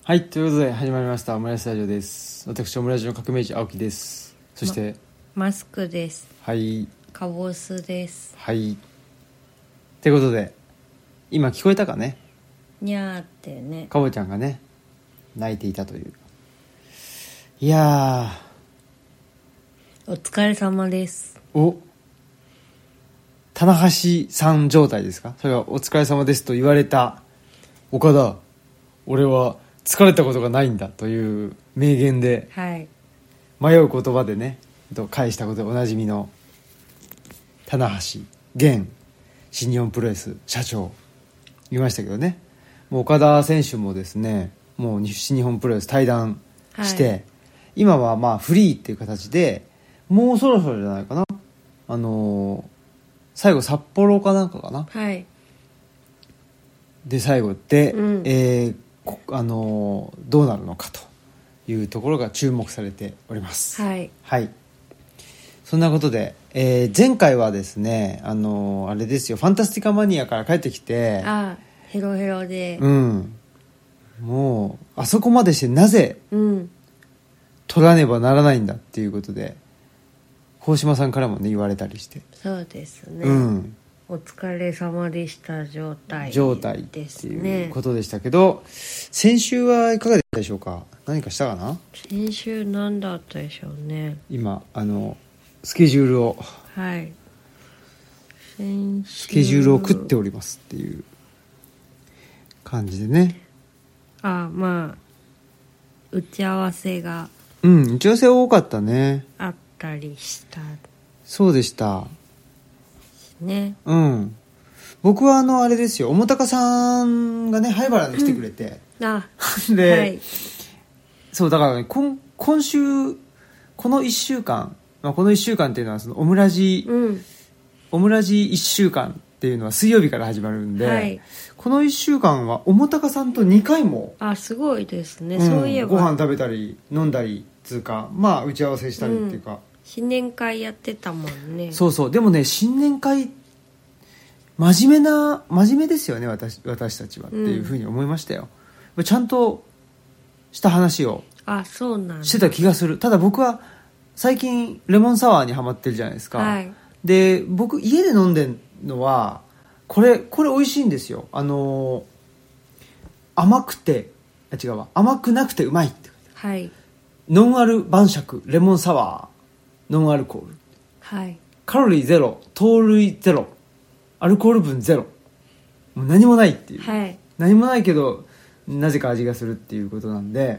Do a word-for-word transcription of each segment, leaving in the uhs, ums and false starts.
はい、ということで始まりましたオムライスラジオです。私オムライスの革命児青木です。そして、 ま、マスクです。 はい、 カボスです。 はいということで今聞こえたかね。 にゃーってね、 カボちゃんがね泣いていたという。いやお疲れ様です。 お棚橋さん状態ですか。それはお疲れ様ですと言われた岡田、俺は疲れたことがないんだという名言で、 はい、 迷う言葉でねと返したことでおなじみの棚橋現新日本プロレス社長言いましたけどね。もう岡田選手もですね、もう新日本プロレス退団して、はい、今はまあフリーっていう形でもうそろそろじゃないかな、あのー、最後札幌かなんかかな、 はい、 で最後で、うん、えーあのー、どうなるのかというところが注目されております。 はい、 はい、そんなことで、えー、前回はですね、あのー、あれですよ、ファンタスティカマニアから帰ってきて、 あヘロヘロで、 うん、もうあそこまでしてなぜ、うん、取らねばならないんだっていうことで大島さんからもね言われたりして、 そうですね、 うん、 お疲れ様でした状態状態っていうことでしたけど、先週はいかがでしたでしょうか。何かしたかな。 先週何だったでしょうね。 今あのスケジュールを、 はい、先週スケジュールを食っておりますっていう感じでね。 あまあ打ち合わせがうん打ち合わせ多かったね。 あったりしたそうでしたね。 うん、僕はあのあれですよ、おもたかさんがね灰原に来てくれて、 うん、あで、 はい、 そうだから、ね、今, 今週このいっしゅうかん、まあ、このいっしゅうかんっていうのはそのオムラジ、うん、オムラジいっしゅうかんっていうのは水曜日から始まるんで、はい、このいっしゅうかんはおもたかさんとにかいもあすごいですね、 うん、 そういえばご飯食べたり飲んだりつうか、まあ打ち合わせしたりっていうか、うん、 新年会やってたもんね。 そうそう、でもね新年会真面目な真面目ですよね 私, 私たちはっていうふうに思いましたよ、うん、ちゃんとした話をしてた気がする。ただ僕は最近レモンサワーにハマってるじゃないですか、はい、で僕家で飲んでるのはこれこれ美味しいんですよ。あのー、甘くてあ違うわ甘くなくてうまいって、 はい、 ノンアル晩酌レモンサワーノンアルコール、 はい、 カロリーゼロ糖類ゼロアルコール分ゼロ、もう何もないっていう、 はい、 何もないけどなぜか味がするっていうことなんで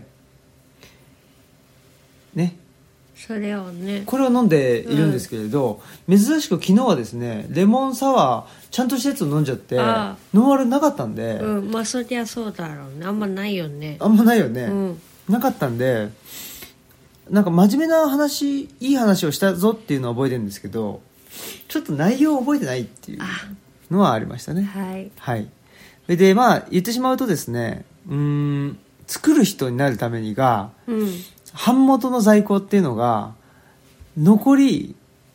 ね、 それをねこれを飲んでいるんですけれど、うん、珍しく昨日はですねレモンサワーちゃんとしたやつを飲んじゃってノンアルなかったんで、 うん、まあそりゃそうだろうね、あんまないよね、 あんまないよね、うん、なかったんでなんか真面目な話いい話をしたぞっていうのは覚えてるんですけどちょっと内容を覚えてないっていうのはありましたね。 はい、 はい、でまあ言ってしまうとですね、うーん作る人になるためにが、うん、版元の在庫っていうのが残り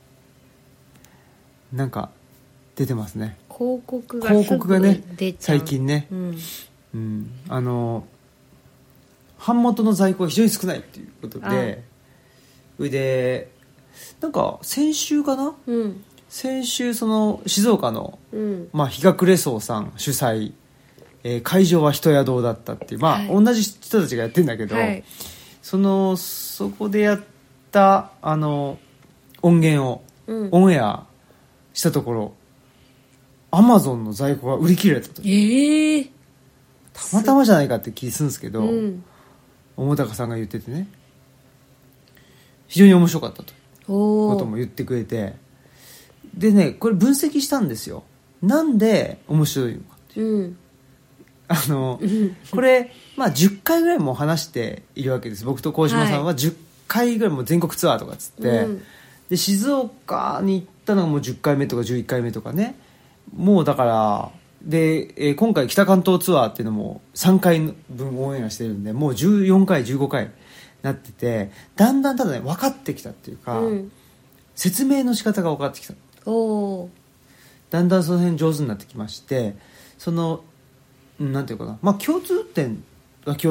なんか出てますね。 広告が広告がね出ちゃう最近ね、 うんうん、あの版元の在庫が非常に少ないっていうことで、それでなんか先週かな、うん、先週その静岡の、うんまあ、日が暮れ荘さん主催、えー、会場は人や堂だったっていう、まあはい、同じ人たちがやってるんだけど、はい、そのそこでやったあの音源をオンエアしたところ、アマゾンの在庫が売り切れたと、 えー、 たまたまじゃないかって気するんですけど、うん、桃高さんが言っててね非常に面白かったとことも言ってくれて、でねこれ分析したんですよ。なんで面白いのかっていう、うん、あのこれ、まあ、じゅっかいぐらいも話しているわけです。僕と小島さんはじゅっかいぐらいも全国ツアーとかっつって、はい、で静岡に行ったのがもうじゅっかいめとかじゅういっかいめとかね、もうだからで、えー、今回北関東ツアーっていうのもさんかいぶんオンエアしてるんでもうじゅうよんかいじゅうごかいなってて、だんだんただね分かってきたっていうか、うん、説明の仕方が分かってきた。 おだんだんその辺上手になってきまして、そのなんていうかな、まあ共通点は共通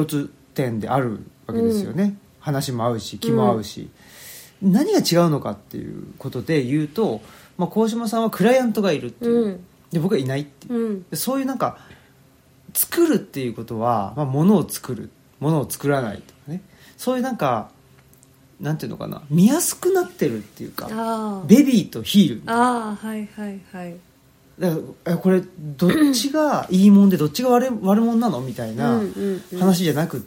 点であるわけですよね、うん、話も合うし気も合うし、うん、何が違うのかっていうことで言うと、まあ、鴻島さんはクライアントがいるっていう、うん、で僕はいないっていう、うん、そういうなんか作るっていうことは、まあ、物を作る物を作らないとかね、そういうなんかなんていうのかな、見やすくなってるっていうか、ベビーとヒール、 ああはいはいはい、 だからこれどっちがいいもんでどっちが悪い悪者なのみたいな話じゃなくって、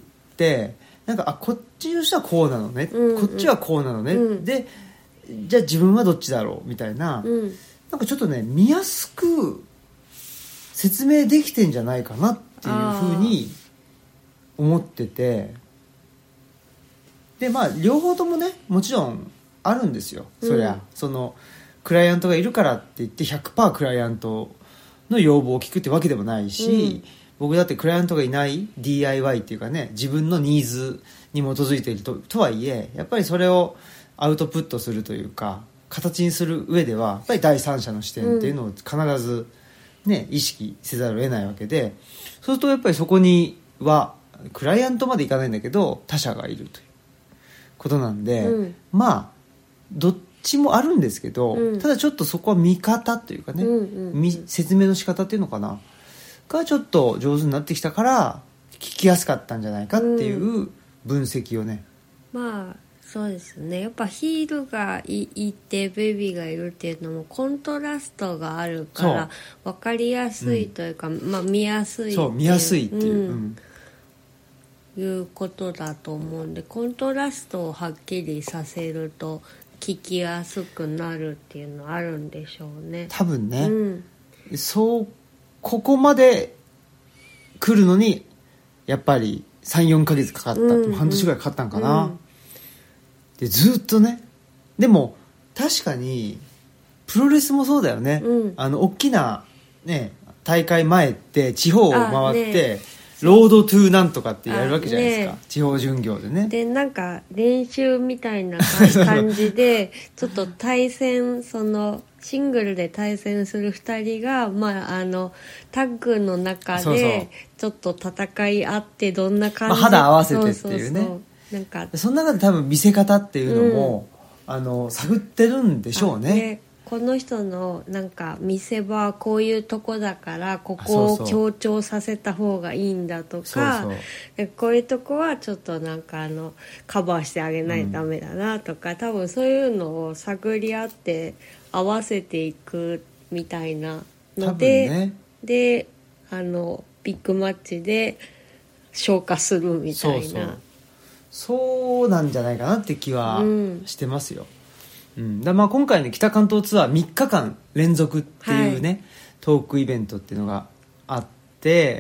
なんかあこっちの人はこうなのね、うんうん、こっちはこうなのね、うん、でじゃあ自分はどっちだろうみたいな、うん、なんかちょっとね見やすく説明できてんじゃないかなっていうふうに思ってて、でまあ両方ともねもちろんあるんですよ、そりゃ、うん、そのクライアントがいるからって言って ひゃくパーセント クライアントの要望を聞くってわけでもないし、うん、僕だってクライアントがいない ディーアイワイ っていうかね、自分のニーズに基づいている と, とはいえやっぱりそれをアウトプットするというか形にする上ではやっぱり第三者の視点っていうのを必ず、ね、意識せざるを得ないわけで、そうするとやっぱりそこにはクライアントまでいかないんだけど他者がいるということなんで、うん、まあどっちもあるんですけど、うん、ただちょっとそこは見方というかね、うんうんうん、説明の仕方っていうのかながちょっと上手になってきたから聞きやすかったんじゃないかっていう分析をね、 うん、まあそうですね、やっぱヒールが い, いてベビーがいるっていうのもコントラストがあるから分かりやすいというか、うん、まあ見やすいっていう、 そう見やすいっていう、うんうん、いうことだと思うんで、コントラストをはっきりさせると聞きやすくなるっていうのはあるんでしょうね、 多分ね、うん、そうここまで来るのにやっぱり さん,よん ヶ月かかった、うんうん、半年ぐらいかかったんかな、うん、でずっとね、でも確かにプロレスもそうだよね、うん、あの大きな、ね、大会前って地方を回って、ロードトゥーなんとかってやるわけじゃないですか、ね、地方巡業でね。 でなんか練習みたいな感じでちょっと対戦、そのシングルで対戦するふたりが、まあ、あのタッグの中でちょっと戦い合ってどんな感じで、まあ、 肌合わせてっていうね、そうそうそう、 なんかその中で多分見せ方っていうのも、うん、あの探ってるんでしょうね。 この人のなんか見せ場はこういうとこだからここを強調させた方がいいんだとか、そうそう、こういうとこはちょっとなんかあのカバーしてあげないとダメだなとか、うん、多分そういうのを探り合って合わせていくみたいなので、ね、であのビッグマッチで消化するみたいな、そうそう、 そうなんじゃないかなって気はしてますよ、うんうん、だまあ今回の北関東ツアーみっかかん連続っていうね、はい、トークイベントっていうのがあって、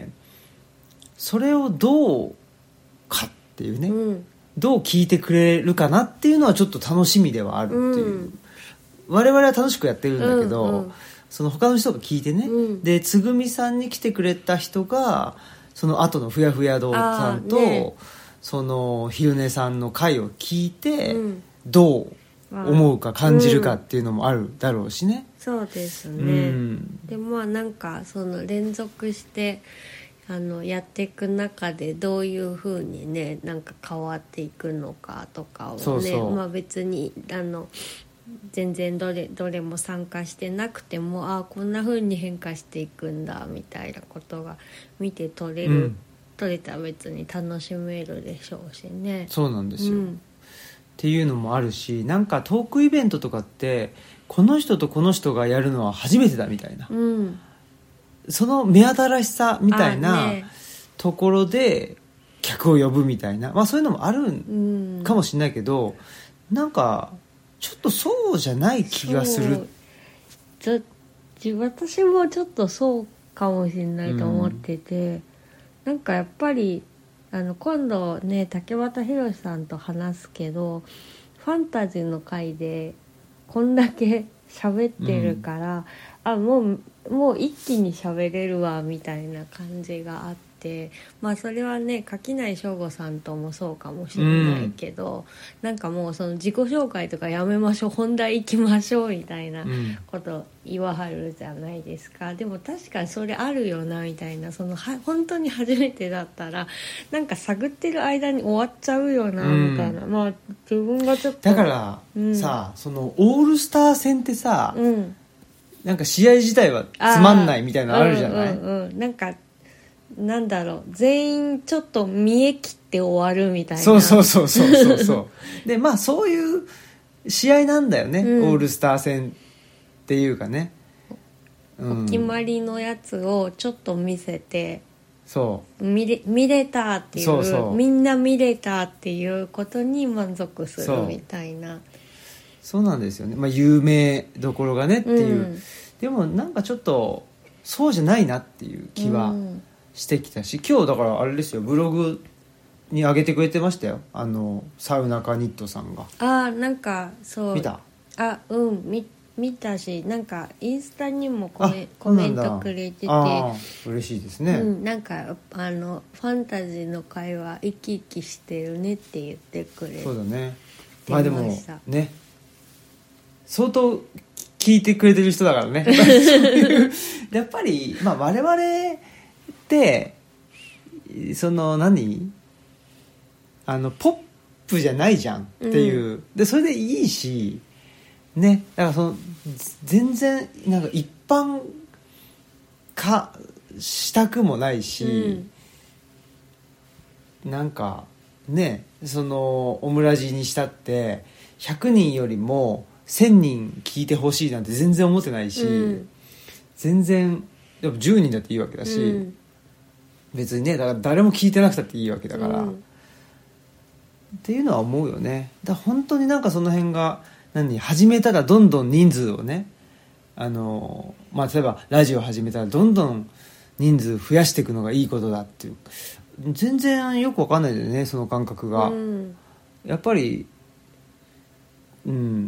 それをどうかっていうね、うん、どう聞いてくれるかなっていうのはちょっと楽しみではあるっていう、うん、我々は楽しくやってるんだけど、うんうん、その他の人が聞いてね、うん、でつぐみさんに来てくれた人がその後のふやふや堂さんと、ね、その昼寝さんの回を聞いて、うん、どう思うか感じるかっていうのもあるだろうしね、 うん、そうですね、うん、でまあなんかその連続してあのやっていく中でどういう風にねなんか変わっていくのかとかをね、そうそう、まあ別にあの全然どれどれも参加してなくても、ああこんな風に変化していくんだみたいなことが見て取れる、うん、取れたら別に楽しめるでしょうしね。 そうなんですよ、うん、っていうのもあるし、なんかトークイベントとかってこの人とこの人がやるのは初めてだみたいな、うん、その目新しさみたいなところで客を呼ぶみたいな、まあ、そういうのもあるんかもしれないけど、うん、なんかちょっとそうじゃない気がする。 ちょ私もちょっとそうかもしれないと思ってて、うん、なんかやっぱりあの今度ね竹俣宏さんと話すけど、ファンタジーの回でこんだけ喋ってるから、うん、あもうもう一気に喋れるわみたいな感じがあって、 て、まあそれはね垣内翔吾さんともそうかもしれないけど、うん、なんかもうその自己紹介とかやめましょう本題行きましょうみたいなこと言わはるじゃないですか、うん、でも確かにそれあるよなみたいな、そのは本当に初めてだったらなんか探ってる間に終わっちゃうよなみたいな、うん、まあ自分がちょっとだから、うん、さそのオールスター戦ってさ、 うん、 なんか試合自体はつまんないみたいなのあるじゃない、 うんうんうん、なんかなんだろう全員ちょっと見え切って終わるみたいな、 そうそうそうそうそうそうでまあそういう試合なんだよね、うん、オールスター戦っていうかね、 うん、お決まりのやつをちょっと見せてそう見れ、見れたっていう、 そうそうみんな見れたっていうことに満足するみたいな、 そうなんですよね、まあ、有名どころがねっていう、うん、でもなんかちょっとそうじゃないなっていう気はしてきたし、うん、今日だからあれですよブログに上げてくれてましたよ、あのサウナカニットさんが。 あーなんかそう見た？ あうん見見たし、なんかインスタにもコメ、コメントくれてて、あ嬉しいですね、 うん、なんかあのファンタジーの会話生き生きしてるねって言ってくれてました。 そうだね、まあでもね相当聞いてくれてる人だからねやっぱり、まあ、我々ってその何あのポップじゃないじゃんっていう、うん、でそれでいいしね、だからその全然なんか一般化したくもないし、うん、なんかねそのオムラジにしたってひゃくにんよりもせんにん聞いてほしいなんて全然思ってないし、うん、全然でもじゅうにんだっていいわけだし、うん、別にねだから誰も聞いてなくたっていいわけだから、うん、っていうのは思うよね。だから本当になんかその辺が何始めたらどんどん人数をねあの、まあ、例えばラジオ始めたらどんどん人数増やしていくのがいいことだっていう全然よく分かんないでねその感覚が、うん、やっぱり、うん、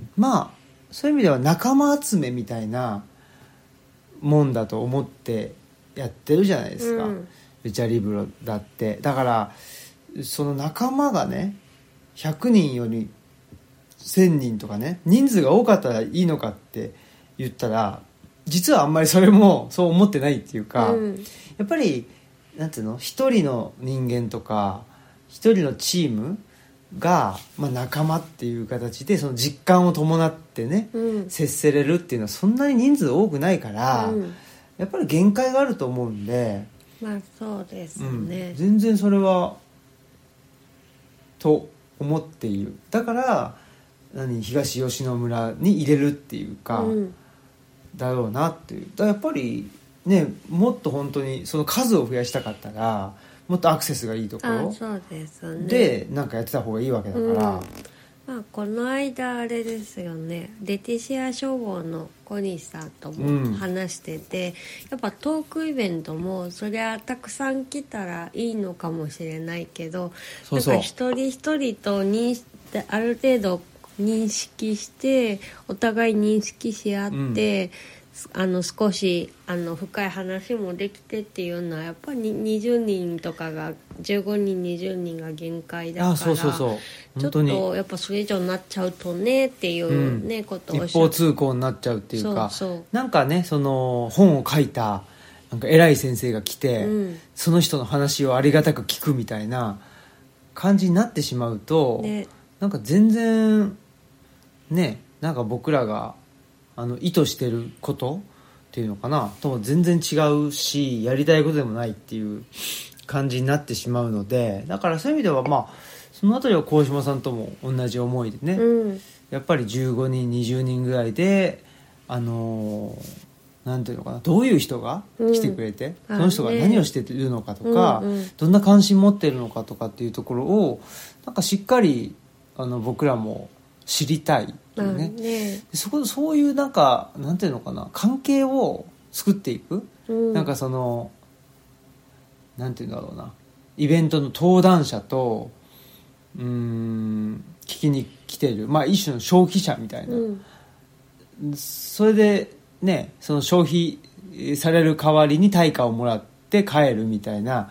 まあそういう意味では仲間集めみたいなもんだと思ってやってるじゃないですか、うん、ルチャリブロだってだからその仲間がねひゃくにんよりせんにんとかね人数が多かったらいいのかって言ったら実はあんまりそれもそう思ってないっていうか、うん、やっぱりなんていうの一人の人間とか一人のチームが、まあ、仲間っていう形でその実感を伴ってね、うん、接せれるっていうのはそんなに人数多くないから、うん、やっぱり限界があると思うんでまあそうですね、うん、 全然それはと思っている。だから何東吉野村に入れるっていうか、うん、だろうなっていう。だからやっぱりねもっと本当にその数を増やしたかったらもっとアクセスがいいところそうですねでなんかやってた方がいいわけだから、うん、まあ、この間あれですよねレティシア消防の小西さんとも話してて、うん、やっぱトークイベントもそりゃたくさん来たらいいのかもしれないけどそうそうなんか一人一人とにある程度認識してお互い認識し合って、うん、あの少しあの深い話もできてっていうのはやっぱりにじゅうにんとかがじゅうごにんにじゅうにんが限界だからあそうそうそうちょっとやっぱそれ以上になっちゃうとねっていうね、うん、ことを一方通行になっちゃうっていうかそうそうなんかねその本を書いたなんか偉い先生が来て、うん、その人の話をありがたく聞くみたいな感じになってしまうと、ね、なんか全然ねなんか僕らがあの意図してることっていうのかなとも全然違うしやりたいことでもないっていう感じになってしまうのでだからそういう意味ではまあそのあたりは鴻島さんとも同じ思いでね、うん、やっぱりじゅうごにんにじゅうにんぐらいであのー、なんていうのかなどういう人が来てくれて、うん、その人が何をしているのかとか、ねうんうん、どんな関心持っているのかとかっていうところをなんかしっかりあの僕らも知りたいっていうね、ねそこそういうなんかなんていうのかな関係を作っていく、うん、なんかそのなんていうんだろうなイベントの登壇者とうーん聞きに来ているまあ一種の消費者みたいな、うん、それでねその消費される代わりに対価をもらって帰るみたいな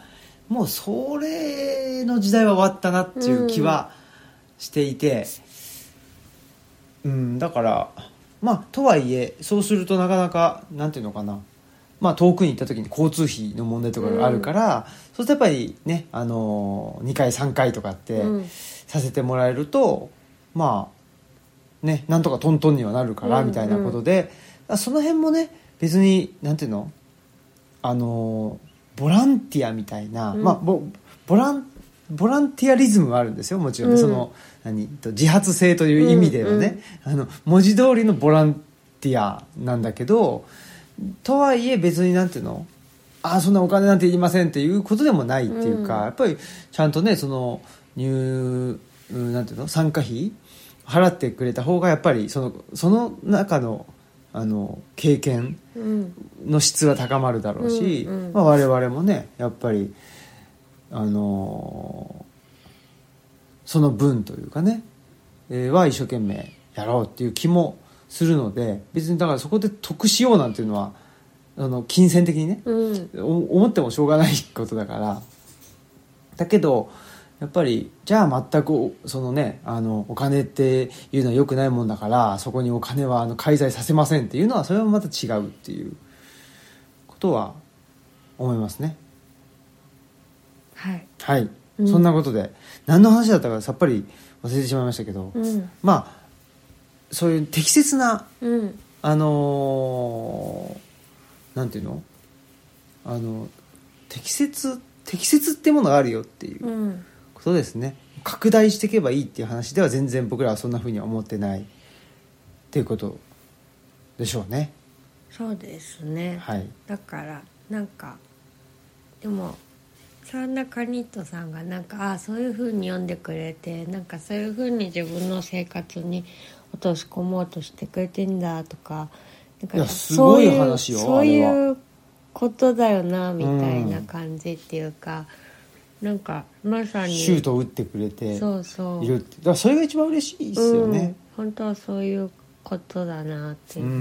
もうそれの時代は終わったなっていう気はしていて、うん、うん、だからまあとはいえそうするとなかなかなんていうのかな、まあ遠くに行った時に交通費の問題とかがあるから、うん、そうするとやっぱりね、あのー、にかいさんかいとかってさせてもらえると、うん、まあねなんとかトントンにはなるからみたいなことで、うんうん、その辺もね別になんていうの、あのー、ボランティアみたいな、うん、まあボボランボランティアリズムはあるんですよもちろん、ね、うん、その何自発性という意味ではね、うんうん、あの文字通りのボランティアなんだけど、とはいえ別になんていうの、ああそんなお金なんていりませんっていうことでもないっていうか、うん、やっぱりちゃんとねその入なんていうの参加費払ってくれた方がやっぱりそのその中のあの経験の質は高まるだろうし、うんうん、まあ、我々もねやっぱりあのー、その分というかね、えー、は一生懸命やろうっていう気もするので、別にだからそこで得しようなんていうのはあの金銭的にね、うん、思ってもしょうがないことだから。だけどやっぱりじゃあ全くそのねあのお金っていうのは良くないもんだからそこにお金はあの介在させませんっていうのはそれはまた違うっていうことは思いますね。 はい、 はい、うん、そんなことで何の話だったかさっぱり忘れてしまいましたけど、うん、まあそういう適切な、うん、あのー、なんていうのあの適切適切ってものがあるよっていう、うんそうですね、拡大していけばいいっていう話では全然僕らはそんな風には思ってないっていうことでしょうね。 そうですね、 はい、 だからなんかでもサンナカニットさんがなんかあそういう風に読んでくれてなんかそういう風に自分の生活に落とし込もうとしてくれてんだとか、なんかいやすごい話よ、 そういうそういうことだよなみたいな感じっていうか、うん、なんかまさにシュートを打ってくれているって、 そうそうだからそれが一番嬉しいですよね、 うん、本当はそういうことだなっていう、うん、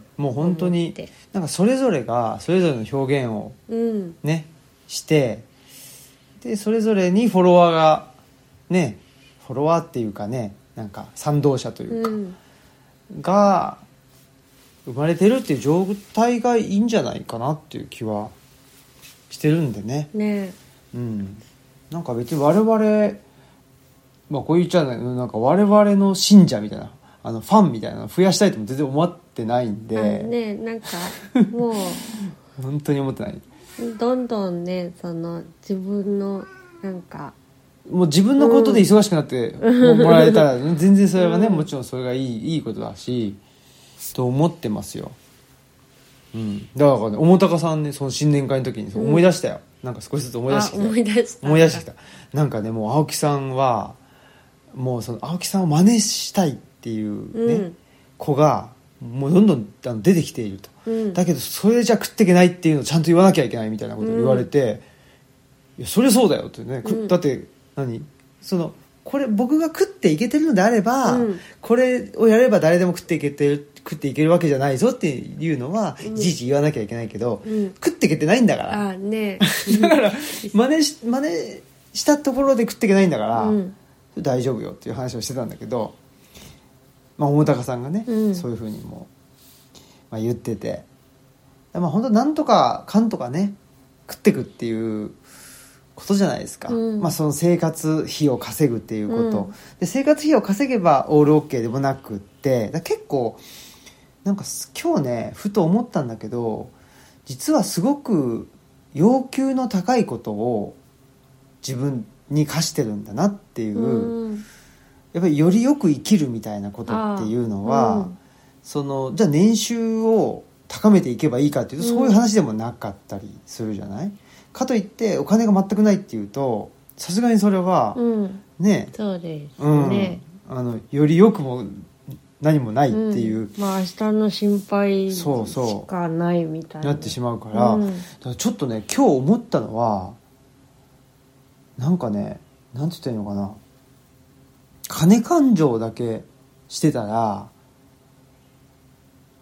もう本当になんかそれぞれがそれぞれの表現をね、うん、してでそれぞれにフォロワーがねフォロワーっていうかねなんか賛同者というか、うん、が生まれてるっていう状態がいいんじゃないかなっていう気はしてるんでね。 ね、 うん、なんか別に我々、まあこう言っちゃうのなんか我々の信者みたいなあのファンみたいなの増やしたいとも全然思ってないんで。 ねなんかもう本当に思ってない。 どんどんねその自分のなんかもう自分のことで忙しくなってもらえたら、うん、全然それはね、うん、もちろんそれがいいいいことだしと思ってますよ。うん、だからね桃高さんねその新年会の時に思い出したよ、うん、なんか少しずつ思い出してきた思い出した思い出してきたなんかねもう青木さんはもうその青木さんを真似したいっていうね、うん、子がもうどんどんあの出てきていると、うん、だけどそれじゃ食っていけないっていうのをちゃんと言わなきゃいけないみたいなことを言われて、うん、いやそれそうだよってね、うん、だって何そのこれ僕が食っていけてるのであれば、うん、これをやれば誰でも食っていけてる食っていけるわけじゃないぞっていうのは、うん、いちいち言わなきゃいけないけど、うん、食っていけてないんだから、 あ、ね、 だから真似し、真似したところで食っていけないんだから、うん、大丈夫よっていう話をしてたんだけど、まあ、桃高さんがね、うん、そういうふうにも、まあ、言ってて、まあ、本当なんとかかんとかね食っていくっていうことじゃないですか、うんまあ、その生活費を稼ぐっていうこと、うん、で生活費を稼げばオールオッケーでもなくってだ結構なんか今日ねふと思ったんだけど実はすごく要求の高いことを自分に課してるんだなっていう、うん、やっぱりよりよく生きるみたいなことっていうのは、うん、そのじゃあ年収を高めていけばいいかっていうと、うん、そういう話でもなかったりするじゃないかといってお金が全くないっていうとさすがにそれは、うん、ねそうですね、 うん、あのよりよくも何もないっていう、 うん、まあ明日の心配しかないみたい な, なってしまうから、うん、だからちょっとね今日思ったのはなんかねなんて言ったらいいのかな金勘定だけしてたら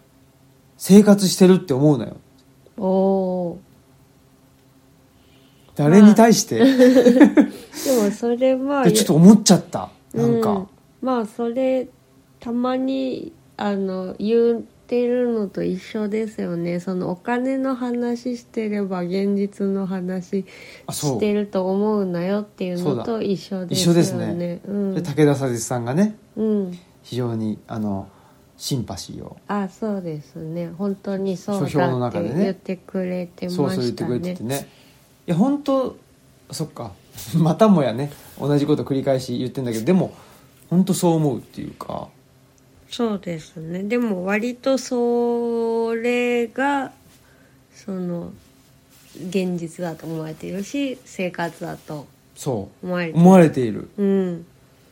生活してるって思うのよ。 お誰に対して、まあ、 でもそれはちょっと思っちゃったなんか、 うん、まあそれたまにあの言ってるのと一緒ですよね。そのお金の話してれば現実の話してると思うなよっていうのと一緒ですよね。一緒ですね、うん、 で武田佐治さんがね、 うん、 非常にあのシンパシーをあそうですね本当にそうだって言ってくれてましたね。 そうそう言ってくれててね、いや本当そっかまたもやね同じこと繰り返し言ってんだけど、でも本当そう思うっていうか。 そうですね。でも割とそれがその現実だと思われているし生活だとそう思われている、 思われている、 うん、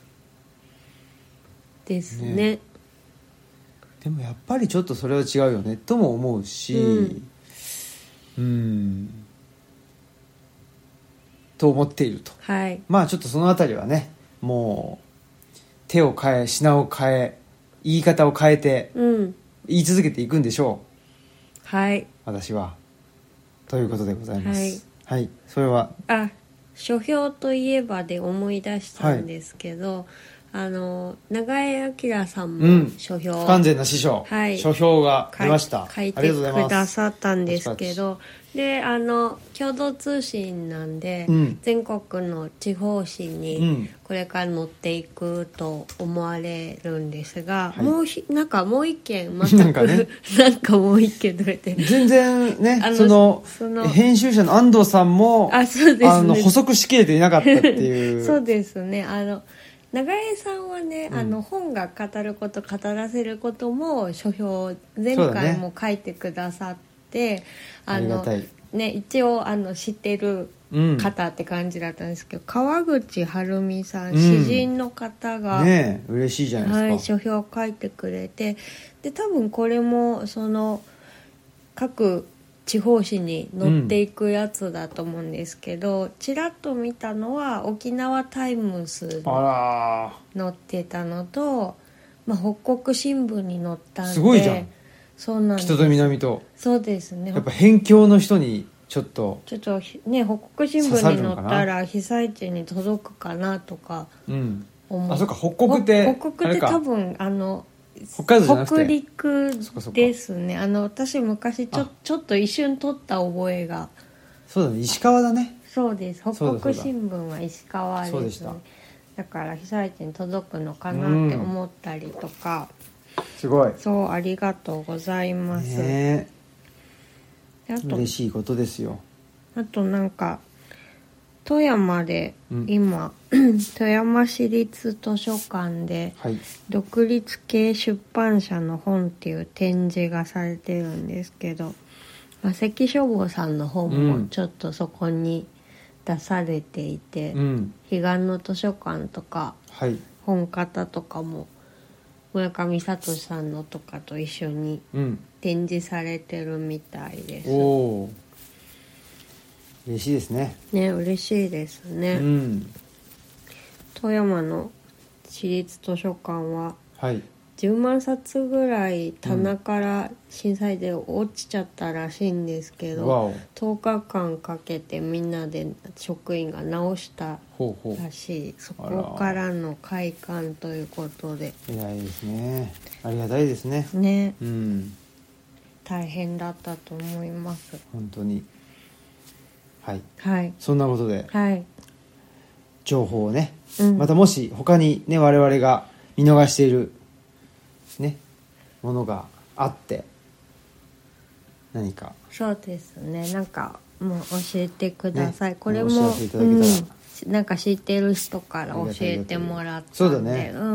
ですね。ねでもやっぱりちょっとそれは違うよねとも思うし、うん、うんと思っていると、 はい、 まあちょっとそのあたりはねもう手を変え品を変え言い方を変えて言い続けていくんでしょう、はい、 私はということでございます。はい、はい、それはあ書評といえばで思い出したんですけど、はい、あの長江明さんも書評、うん、 不完全な師匠、 はい、 書評が出ました。 書いてくださったんですけど、であの共同通信なんで、うん、全国の地方紙にこれから載っていくと思われるんですが、うん、もうひなんかもう一件全くなんか、ね、なんかもう一件どれて全然ねあのそのその編集者の安藤さんもあそうです、ね、 あの補足しきれていなかったっていうそうですね。あの長江さんはね、うん、あの本が語ること語らせることも書評前回も書いてくださって、ね、あのね、一応あの知ってる方って感じだったんですけど、うん、川口晴美さん、うん、詩人の方が、 ね、嬉しいじゃないですか、 はい、書評を書いてくれて、で多分これもその各地方紙に載っていくやつだと思うんですけど、うん、ちらっと見たのは沖縄タイムスに載ってたのと、まあ、北国新聞に載ったんで、 すごいじゃん。 そうなんです。 北と南とそうですね。 やっぱ辺境の人にちょっとちょっとね北国新聞に載ったら被災地に届くかなとか思う、 うん、あそうか北国って北国って多分あの北海道じゃなくて北陸ですね。あの私昔ちょちょっと一瞬撮った覚えが。 そうだね石川だね。 そうです北国新聞は石川ですね。そうでした。だから被災地に届くのかなって思ったりとか、 うん、すごいそうありがとうございます、 ね、 あと嬉しいことですよ。 あとなんか富山で今、うん、富山市立図書館で独立系出版社の本っていう展示がされてるんですけど、まあ、関書房さんの本もちょっとそこに出されていて、うん、彼岸の図書館とか、はい、本方とかも村上聡さんのとかと一緒に展示されてるみたいです、うん、 おー嬉しいですね。 ね、嬉しいですね、うん、富山の市立図書館はじゅうまんさつぐらい棚から震災で落ちちゃったらしいんですけど、うん、とおかかんかけてみんなで職員が直したらしい。そこからの開館ということで偉いですね。ありがたいですね。 ね、うん、大変だったと思います。 本当にはい、 はい、 そんなことで、 はい、 情報をね、うん、またもし他にね我々が見逃しているねものがあって何かそうですねなんかもう教えてください、ね、これもお知らせいただけたら、 うん、なんか知ってる人から教えてもらったんでそうだね、 うん、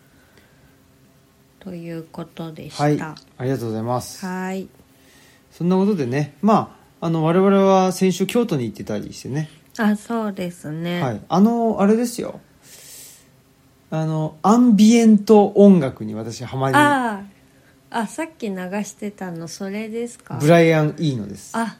ということでした。 はい、ありがとうございます。 はい、 そんなことでねまああの我々は先週京都に行ってたりしてね。 あ、そうですね、 はい、あのあれですよあのアンビエント音楽に私ハマりああさっき流してたのそれですか。 ブライアン・イーノです。 あ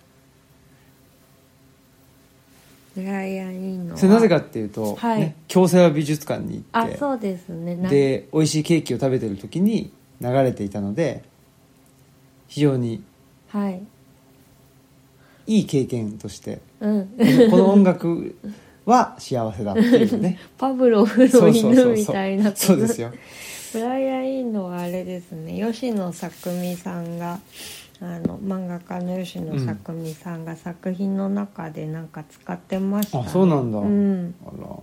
ブライアン・イーノそれなぜかっていうと、はいね、京セラ美術館に行ってあそうですねで美味しいケーキを食べてる時に流れていたので非常にはいいい経験として、 うん、 この音楽は幸せだっていうねパブロフの犬みたいなそうですよ。 ブライアン・イーノはあれですね、吉野作美さんがあの漫画家の吉野作美さんが作品の中でなんか使ってましたね、 うん、あ、そうなんだ、 うん、 あら、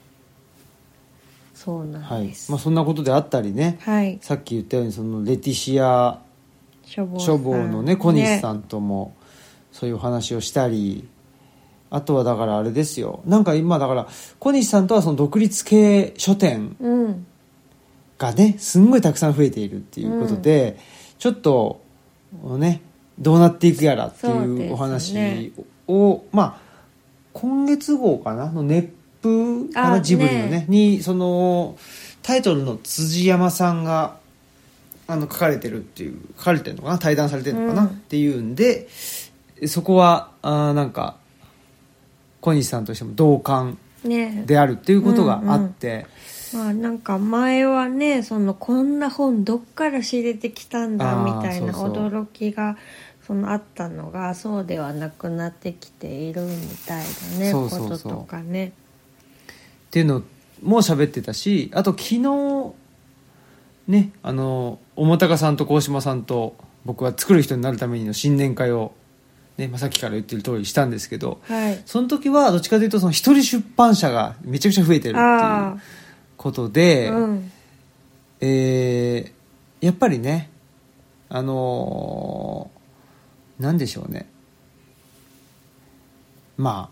そうなんです、 はい、まあ、そんなことであったりね、 はい、 さっき言ったようにそのレティシア書房のね小西さんともそういうお話をしたり、ね、あとはだからあれですよ、なんか今だから小西さんとはその独立系書店がねすんごいたくさん増えているっていうことで、うん、ちょっとねどうなっていくやらっていうお話を、ね、まあ今月号かなの熱風かなジブリのね、ねにそのタイトルの辻山さんがあの書かれてるっていう書かれてるのかな対談されてるのかな、うん、っていうんでそこはあなんか小西さんとしても同感であるっていうことがあって、ねうんうん、まあ、なんか前はねそのこんな本どっから仕入れてきたんだみたいな驚きがそのあったのがそうではなくなってきているみたいだね、 そうそうそうこととかねっていうのも喋ってたし、あと昨日ねあの桃高さんと鴻島さんと僕は作る人になるためにの新年会を、ねまあ、さっきから言ってる通りしたんですけど、 はい、 その時はどっちかというとその一人出版社がめちゃくちゃ増えてるっていうことで、うん、えー、やっぱりねあのー、なんでしょうね、まあ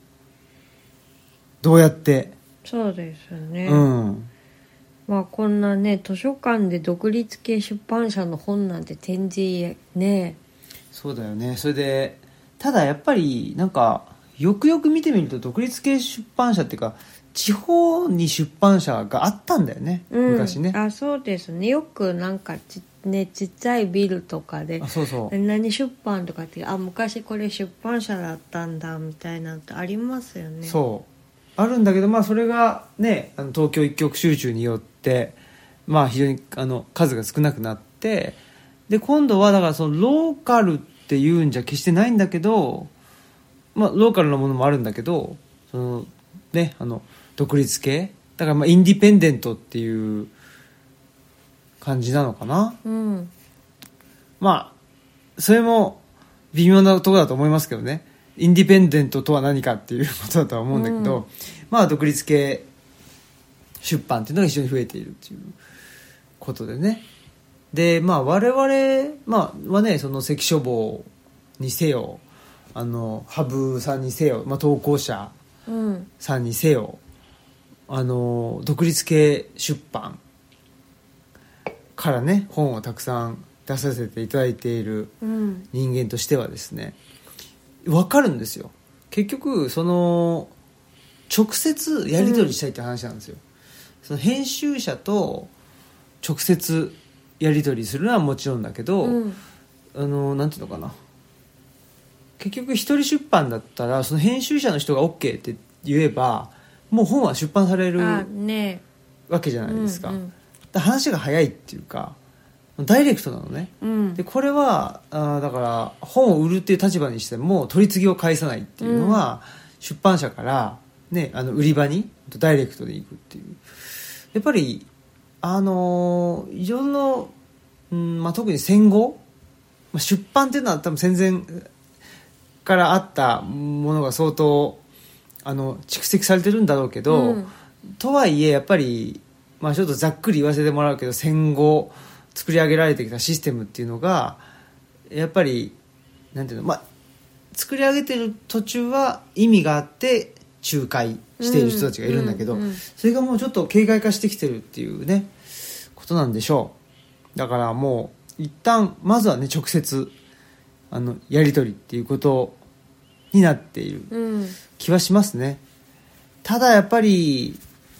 どうやってそうですね、 うん、 まあこんなね図書館で独立系出版社の本なんて展示ね。 そうだよね。それでただやっぱりなんかよくよく見てみると独立系出版社っていうか地方に出版社があったんだよね、うん、昔ね。 あ、そうですね。よくなんかちねちっちゃいビルとかであそうそう何出版とかってあ昔これ出版社だったんだみたいなのってありますよね。 そうあるんだけど、まあ、それが、ね、あの東京一極集中によって、まあ、非常にあの数が少なくなってで今度はだからそのローカルっていうんじゃ決してないんだけど、まあ、ローカルなものもあるんだけどその、ね、あの独立系だからまあインディペンデントっていう感じなのかな、 うん、 まあそれも微妙なところだと思いますけどね。インディペンデントとは何かっていうことだとは思うんだけど、うん、まあ独立系出版っていうのが非常に増えているっていうことでね。でまあ我々、まあ、はねその関書房にせよあの羽生さんにせよ、まあ、投稿者さんにせよ、うん、あの独立系出版からね本をたくさん出させていただいている人間としてはですね、分かるんですよ。結局その直接やり取りしたいって話なんですよ、うん、その編集者と直接やり取りするのはもちろんだけど、うん、あのなんていうのかな、結局一人出版だったらその編集者の人が OK って言えばもう本は出版されるわけじゃないですか、うんうん、だ話が早いっていうかダイレクトなのね、うん、でこれはあだから本を売るっていう立場にしても取り次ぎを返さないっていうのは、うん、出版社から、ね、あの売り場にダイレクトで行くっていうやっぱりあのいろんな、うんまあ、特に戦後、まあ、出版っていうのは多分戦前からあったものが相当あの蓄積されてるんだろうけど、うん、とはいえやっぱり、まあ、ちょっとざっくり言わせてもらうけど戦後作り上げられてきたシステムっていうのがやっぱりなんていうの、まあ、作り上げてる途中は意味があって仲介している人たちがいるんだけど、うんうんうん、それがもうちょっと形骸化してきてるっていうねことなんでしょう。だからもう一旦まずはね直接あのやり取りっていうことになっている気はしますね、うん、ただやっぱり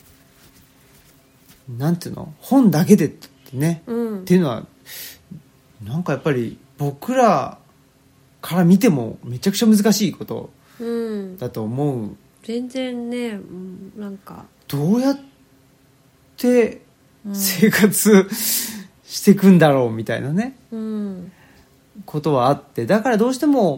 なんていうの本だけでね、うん、っていうのはなんかやっぱり僕らから見てもめちゃくちゃ難しいことだと思う、うん、 全然ねなんかどうやって生活していくんだろうみたいなね、うん、ことはあってだからどうしても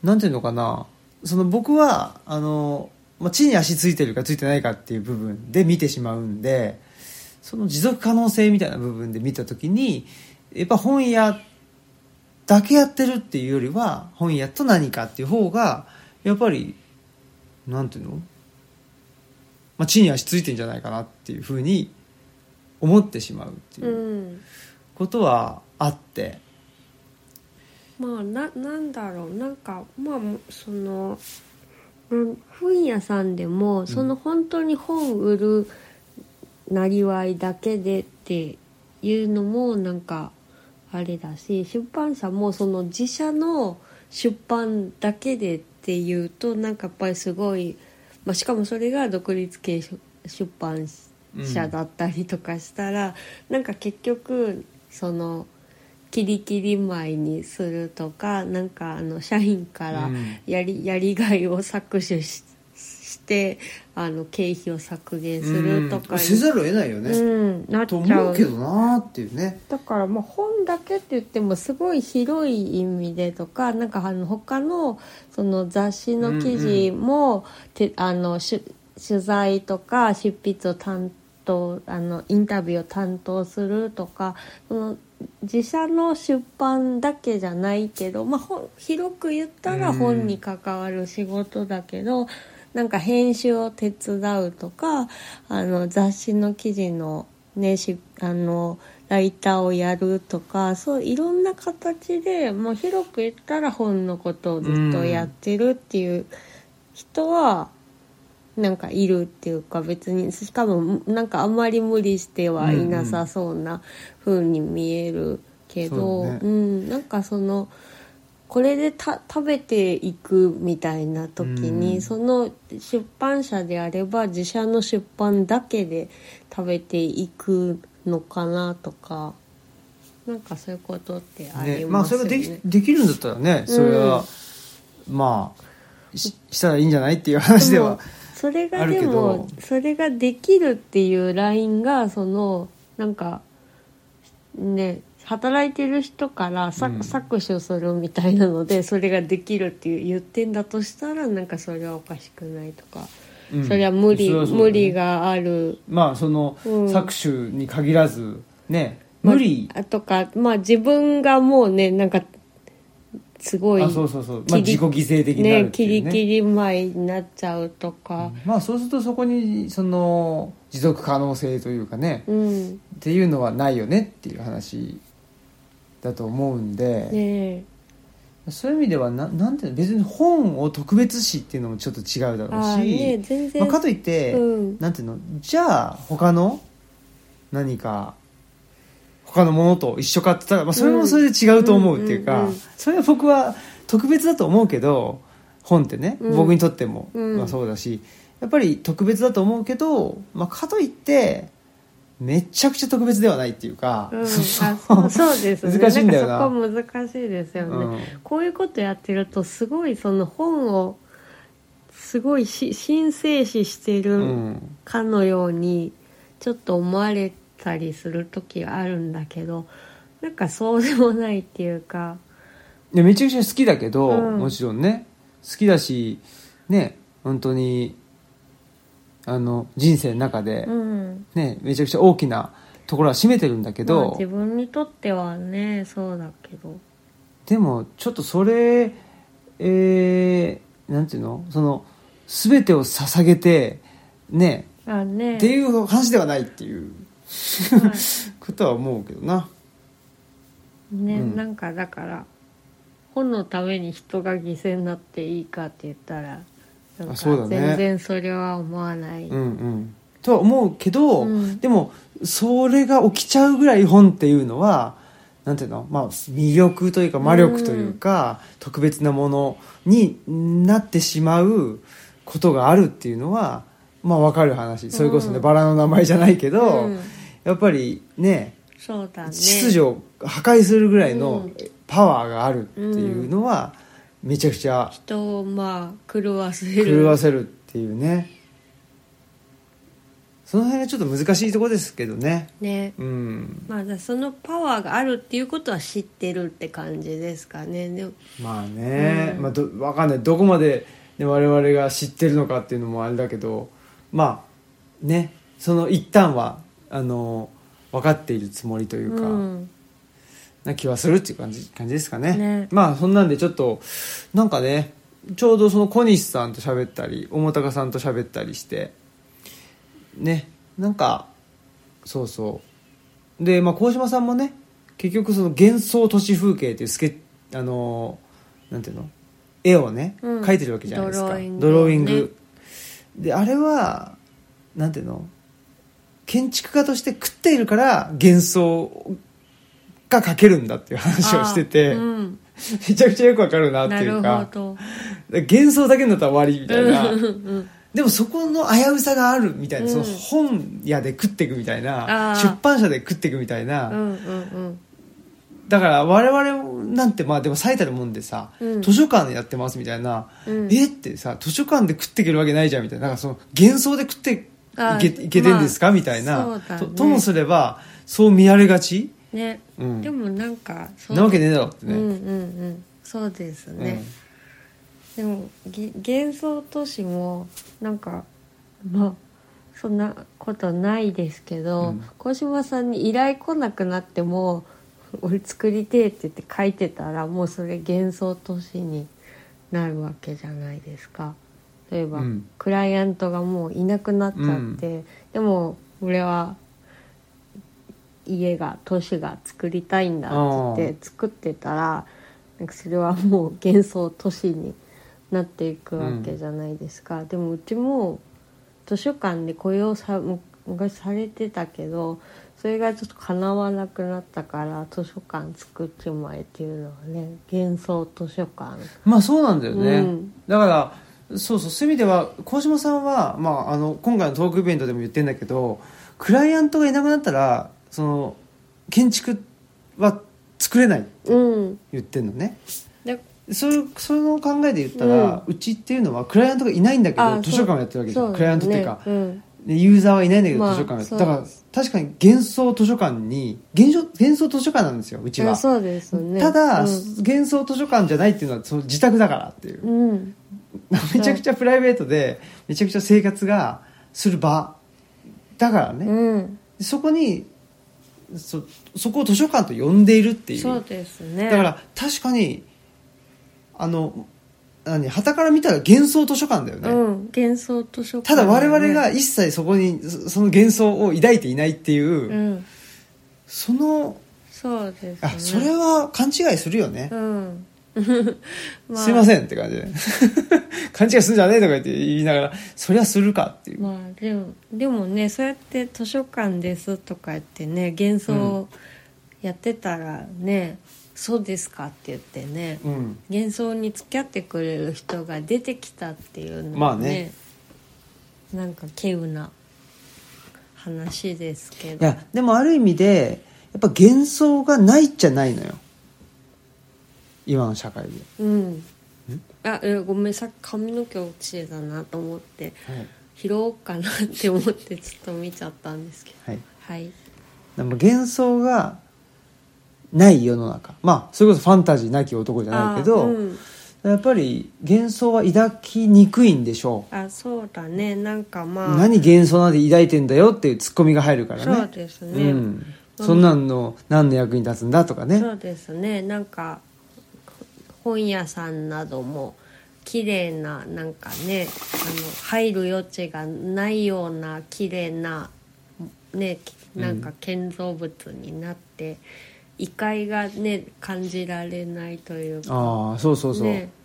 なんていうのかな、その僕はあの、まあ、地に足ついてるかついてないかっていう部分で見てしまうんで、その持続可能性みたいな部分で見たときに、やっぱ本屋だけやってるっていうよりは本屋と何かっていう方がやっぱりなんていうの、まあ、地に足ついてんじゃないかなっていうふうに思ってしまうっていうことはあって、 うん、まあ な, なんだろうなんかまあその本屋さんでもその本当に本売るなりわいだけでっていうのもなんかあれだし、出版社もその自社の出版だけでっていうとなんかやっぱりすごい、まあ、しかもそれが独立系出版社だったりとかしたら、うん、なんか結局そのキリキリ舞にするとか、なんかあの社員からやり、うん、やりがいを搾取ししてあの経費を削減するとか、 うん、せざるを得ないよね、うん、なっちゃうと思うけどなっていうね。 だからもう本だけって言ってもすごい広い意味でとか、なんかあの他のその雑誌の記事も、うんうん、てあの取材とか執筆を担当あのインタビューを担当するとか、その自社の出版だけじゃないけど、まあ、本広く言ったら本に関わる仕事だけど、うん、なんか編集を手伝うとか、あの雑誌の記事のねしあのライターをやるとか、そういろんな形でもう広く言ったら本のことをずっとやってるっていう人はなんかいるっていうか、別にしかもなんかあんまり無理してはいなさそうな風に見えるけど、うんうん、う、ね、うん、なんかそのこれでた食べていくみたいな時に、うん、その出版社であれば自社の出版だけで食べていくのかなとか、なんかそういうことってありますよね。 ね、まあそれがで き, できるんだったらね、それは、うん、まあ し, したらいいんじゃないっていう話ではそれがでもそれができるっていうラインがそのなんかね働いてる人からさ、うん、搾取するみたいなのでそれができるっていう言ってんだとしたら、なんかそれはおかしくないとか、うん、それは無理、ね、無理がある、 まあその、うん、搾取に限らずね無理、 まあ、とかまあ自分がもうねなんかすごいあそうそうそう、まあ、自己犠牲的になるっていうね、 ねキリキリ舞になっちゃうとか、 うん、まあそうするとそこにその持続可能性というかね、うん、っていうのはないよねっていう話だと思うんで、ね、そういう意味では な, なんて別に本を特別視っていうのもちょっと違うだろうし、ね全然まあ、かといって、うん、なんていうのじゃあ他の何か他のものと一緒かって言ったら、まあ、それもそれで違うと思うっていうか、うんうんうんうん、それは僕は特別だと思うけど本ってね、うん、僕にとっても、まあ、そうだしやっぱり特別だと思うけど、まあ、かといってめちゃくちゃ特別ではないっていうか、 うん、そうそうですね難しいんだよな。なんかそこ難しいですよね、うん、こういうことやってるとすごいその本をすごいし神聖視してるかのようにちょっと思われたりする時があるんだけど、なんかそうでもないっていうか、 いやめちゃくちゃ好きだけど、うん、もちろんね好きだしね本当にあの人生の中で、うんね、めちゃくちゃ大きなところは占めてるんだけど、まあ、 自分にとってはねそうだけどでもちょっとそれ、えー、なんていうのその全てを捧げてねあねっていう話ではないっていう、はい、ことは思うけどなね、うん、なんかだから本のために人が犠牲になっていいかって言ったらなんか全然それは思わない、 うんうん、とは思うけど、うん、でもそれが起きちゃうぐらい本っていうのはなんていうの、まあ、魅力というか魔力というか、うん、特別なものになってしまうことがあるっていうのはまあ分かる話。それこそね、うん、バラの名前じゃないけど、うん、やっぱりね、 そうだね秩序を破壊するぐらいのパワーがあるっていうのは、めちゃくちゃ人をまあ狂わせる狂わせるっていうね。 その辺がちょっと難しいところですけどね。 ね、 うん、 まあそのパワーがあるっていうことは知ってるって感じですかね。でもまあね、 うん、 まあ、ど分かんないどこまで、ね、我々が知ってるのかっていうのもあれだけど、まあねその一旦はあの分かっているつもりというか、うん、な気はするっていう感じ、感じですか ね, ねまあそんなんでちょっとなんかねちょうどその小西さんと喋ったり桃高さんと喋ったりしてね、なんかそうそうで、まあ、鴻島さんもね結局その幻想都市風景っていうスケあのなんていうの絵をね、うん、描いてるわけじゃないですか。ドローイング、ドローイング、ね、であれはなんていうの建築家として食っているから幻想が描けるんだっていう話をしてて、うん、めちゃくちゃよくわかるなっていうか、なるほど、幻想だけになったら終わりみたいな、うんうんでもそこの危うさがあるみたいな、うん、その本屋で食っていくみたいな、出版社で食っていくみたいな、うんうんうん、だから我々なんてまあでも最たるもんでさ、うん、図書館でやってますみたいな、うん、えってさ図書館で食っていけるわけないじゃんみたいな、なんかその幻想で食っていけ、いけてんですか、まあ、みたいな、ね、と, ともすればそう見られがち、 ねうん、でもなんかそうなわけねえだろってね、 うんうんうん、そうですね、うんでも幻想都市もなんかまあそんなことないですけど、うん、鴻島さんに依頼来なくなっても俺作りてえって言って書いてたらもうそれ幻想都市になるわけじゃないですか。例えば、うん、クライアントがもういなくなっちゃって、うん、でも俺は家が都市が作りたいんだって言って作ってたらなんかそれはもう幻想都市になっていくわけじゃないですか、うん、でもうちも図書館で雇用さ昔されてたけどそれがちょっと叶わなくなったから図書館作っちまえっていうのはね幻想図書館まあそうなんだよね、うん、だからそうそうそういう意味では鴻島さんは、まあ、あの今回のトークイベントでも言ってるんだけどクライアントがいなくなったらその建築は作れないって言ってるのね、うんそ, その考えで言ったら、うん、うちっていうのはクライアントがいないんだけど図書館をやってるわけじゃん、ね、クライアントっていうか、うん、ユーザーはいないんだけど、まあ、図書館をやってだから確かに幻想図書館に幻想、幻想図書館なんですようちは。 そうですね、 ただ、うん、幻想図書館じゃないっていうのはその自宅だからっていう、うん、めちゃくちゃプライベートでめちゃくちゃ生活がする場だからね、うん、そこにそ, そこを図書館と呼んでいるっていう。 そうですね。 だから確かにあの何傍から見たら幻想図書館だよね、 うん、幻想図書館、ね、ただ我々が一切そこにその幻想を抱いていないっていう、うん、そのそうですね、 あそれは勘違いするよね、 うんまあ、 すいませんって感じで勘違いするんじゃねえとか言って言いながらそりゃするかっていう、 まあ、でも、でもねそうやって図書館ですとか言ってね幻想やってたらね、うんそうですかって言ってね、うん、幻想に付き合ってくれる人が出てきたっていうのは ね,、まあ、ねなんか稀有な話ですけどいやでもある意味でやっぱ幻想がないじゃないのよ今の社会で、うん、 あえごめんさっき髪の毛落ちてたなと思って、はい、拾おうかなって思ってちょっと見ちゃったんですけどはい、はい、 でも幻想がない世の中まあそれこそファンタジーなき男じゃないけど、うん、やっぱり幻想は抱きにくいんでしょう。あそうだねなんかまあ何幻想なんて抱いてんだよっていうツッコミが入るからね。 そうですね、うん、 そんなんの何の役に立つんだとかね。 そうですねなんか本屋さんなども綺麗ななんかねあの入る余地がないような綺麗なねなんか建造物になって、うん異界がね感じられないというかああそうそうそう、ね、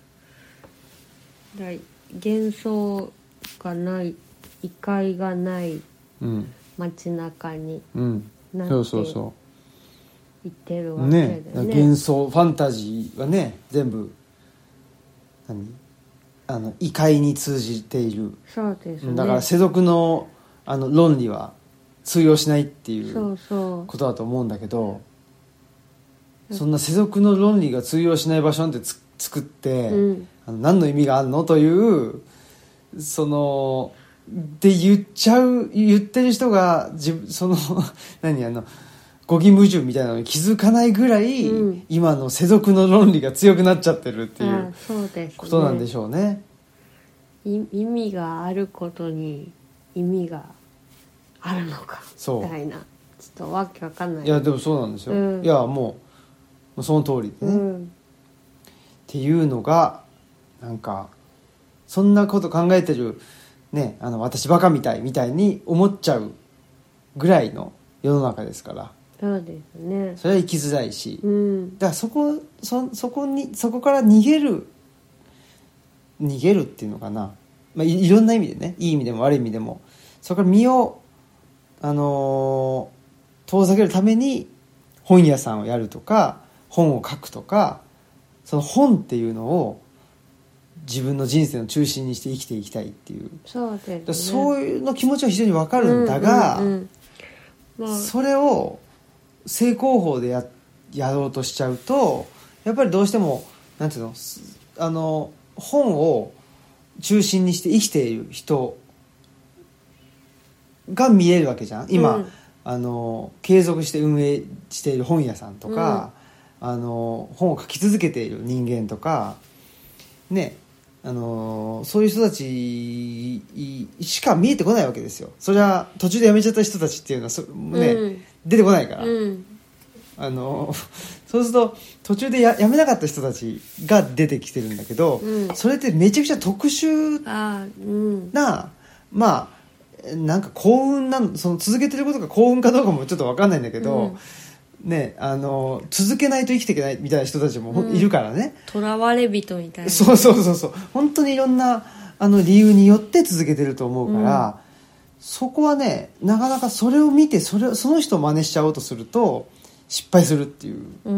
だ幻想がない異界がない街中になって行ってるわけでね、 ね幻想ファンタジーはね全部何あの異界に通じている。 そうですねだから世俗の、あの論理は通用しないっていうことだと思うんだけどそんな世俗の論理が通用しない場所なんてつ作って、うん、あの何の意味があるのというそので言っちゃう言ってる人が自分その何あの語義矛盾みたいなのに気づかないぐらい、うん、今の世俗の論理が強くなっちゃってるっていうことなんでしょうね。 意味があることに意味があるのかみたいな、ちょっとわけわかんない。 いやでもそうなんですよ、うん、いやもうその通りでね、うん、っていうのがなんかそんなこと考えてるね、あの私バカみたいみたいに思っちゃうぐらいの世の中ですから。 そうですね。 それは生きづらいし、うん、だからそこ そ, そこにそこから逃げる逃げるっていうのかな、まあ、い, いろんな意味でね、いい意味でも悪い意味でもそこから身を、あのー、遠ざけるために本屋さんをやるとか本を書くとか、その本っていうのを自分の人生の中心にして生きていきたいっていう、 そうですね、 そういうの気持ちは非常に分かるんだが、うんうんうん、それを正攻法で や, やろうとしちゃうとやっぱりどうしてもなんていうの、あの本を中心にして生きている人が見えるわけじゃん今、うん、あの継続して運営している本屋さんとか、うん、あの本を書き続けている人間とかね、あのそういう人たちしか見えてこないわけですよ。それは途中で辞めちゃった人たちっていうのはそ、ね、うん、出てこないから、うん、あのそうすると途中で や, 辞めなかった人たちが出てきてるんだけど、うん、それってめちゃくちゃ特殊な、うん、まあなんか幸運なの、その続けてることが幸運かどうかもちょっと分かんないんだけど、うんね、あの続けないと生きていけないみたいな人たちもいるからね、 とらわれ人みたいな、 そうそうそうそう、本当にいろんなあの理由によって続けてると思うから、うん、そこはねなかなかそれを見てそれその人を真似しちゃおうとすると失敗するっていう、うん、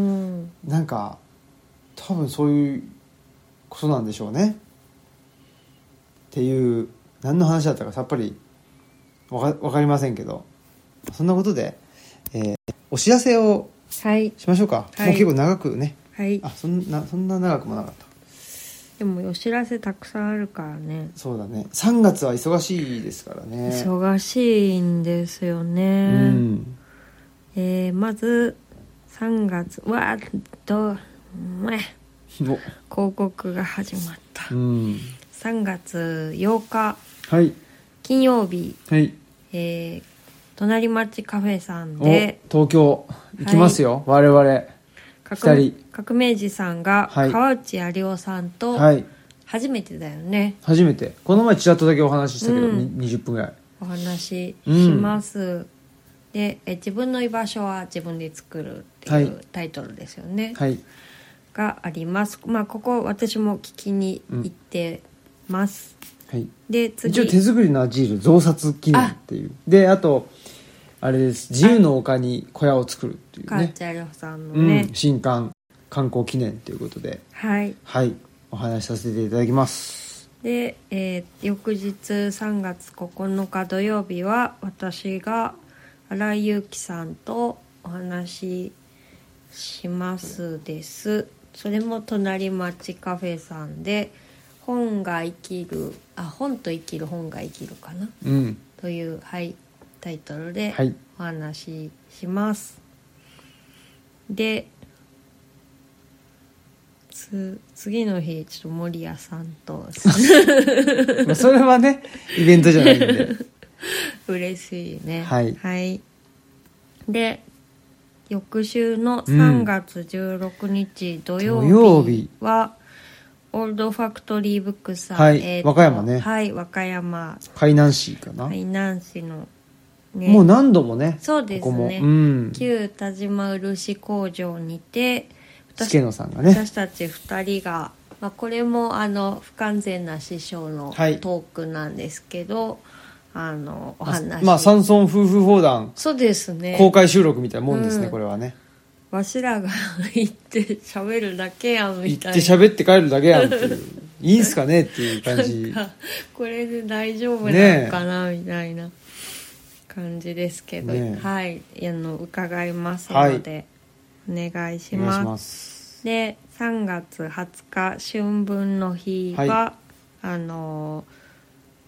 なんか多分そういうことなんでしょうねっていう、何の話だったかさっぱりわか、わかりませんけど、そんなことで、えーお知らせをしましょうか、はい、もう結構長くね、はい、あ そ, んなそんな長くもなかった。 でもお知らせたくさんあるからね。 そうだね、さんがつは忙しいですからね。 忙しいんですよね、うんえー、まずさんがつわーっと、ね、広告が始まった、うん、さんがつようか、はい、金曜日、はいえー隣町カフェさんで東京行きますよ、はい、我々ふたり革命児さんが川内有夫さんと初めてだよね、 はい、初めて。この前ちらっとだけお話ししたけど、うん、にじゅっぷんぐらいお話しします、うん、でえ自分の居場所は自分で作るっていうタイトルですよね、はい、があります。まあここ私も聞きに行ってます、うんはい、で次一応手作りのアジール増刷記念っていうで、あとあれです、自由の丘に小屋を作るっていうね、 川内有夫さんのね、 うん、新刊観光記念ということで、はい、はい、お話しさせていただきます。 で、えー、翌日さんがつここのか土曜日は私が新井祐樹さんとお話ししますです。それも隣町カフェさんで本が生きるあ本と生きる本が生きるかな、うん、というはいタイトルでお話しします、はい、でつ次の日ちょっと守屋さんとそれはねイベントじゃないんで嬉しいね、はい、はい、で翌週のさんがつじゅうろくにち土曜日は、うん、土曜日オールドファクトリーブックさん、 はいえー、和歌山ね、 はい和歌山海南市かな、 海南市のね、もう何度もね、 そうですね、ここも、うん、旧田島漆工場にて助野さんがね、 私たちふたりが、まあ、これもあの不完全な師匠のトークなんですけど、はい、あのお話、 まあ山村夫婦砲弾、 そうですね、 公開収録みたいなもんですね、うん、これはね。 わしらが行って喋るだけやんみたいな、 行って喋って帰るだけやんっていういいんすかねっていう感じ、 なんかこれで大丈夫なのかな、ね、みたいな感じですけど、ね、はいあの伺いますので、はい、お願いします。お願いします。でさんがつはつか春分の日は、はい、あの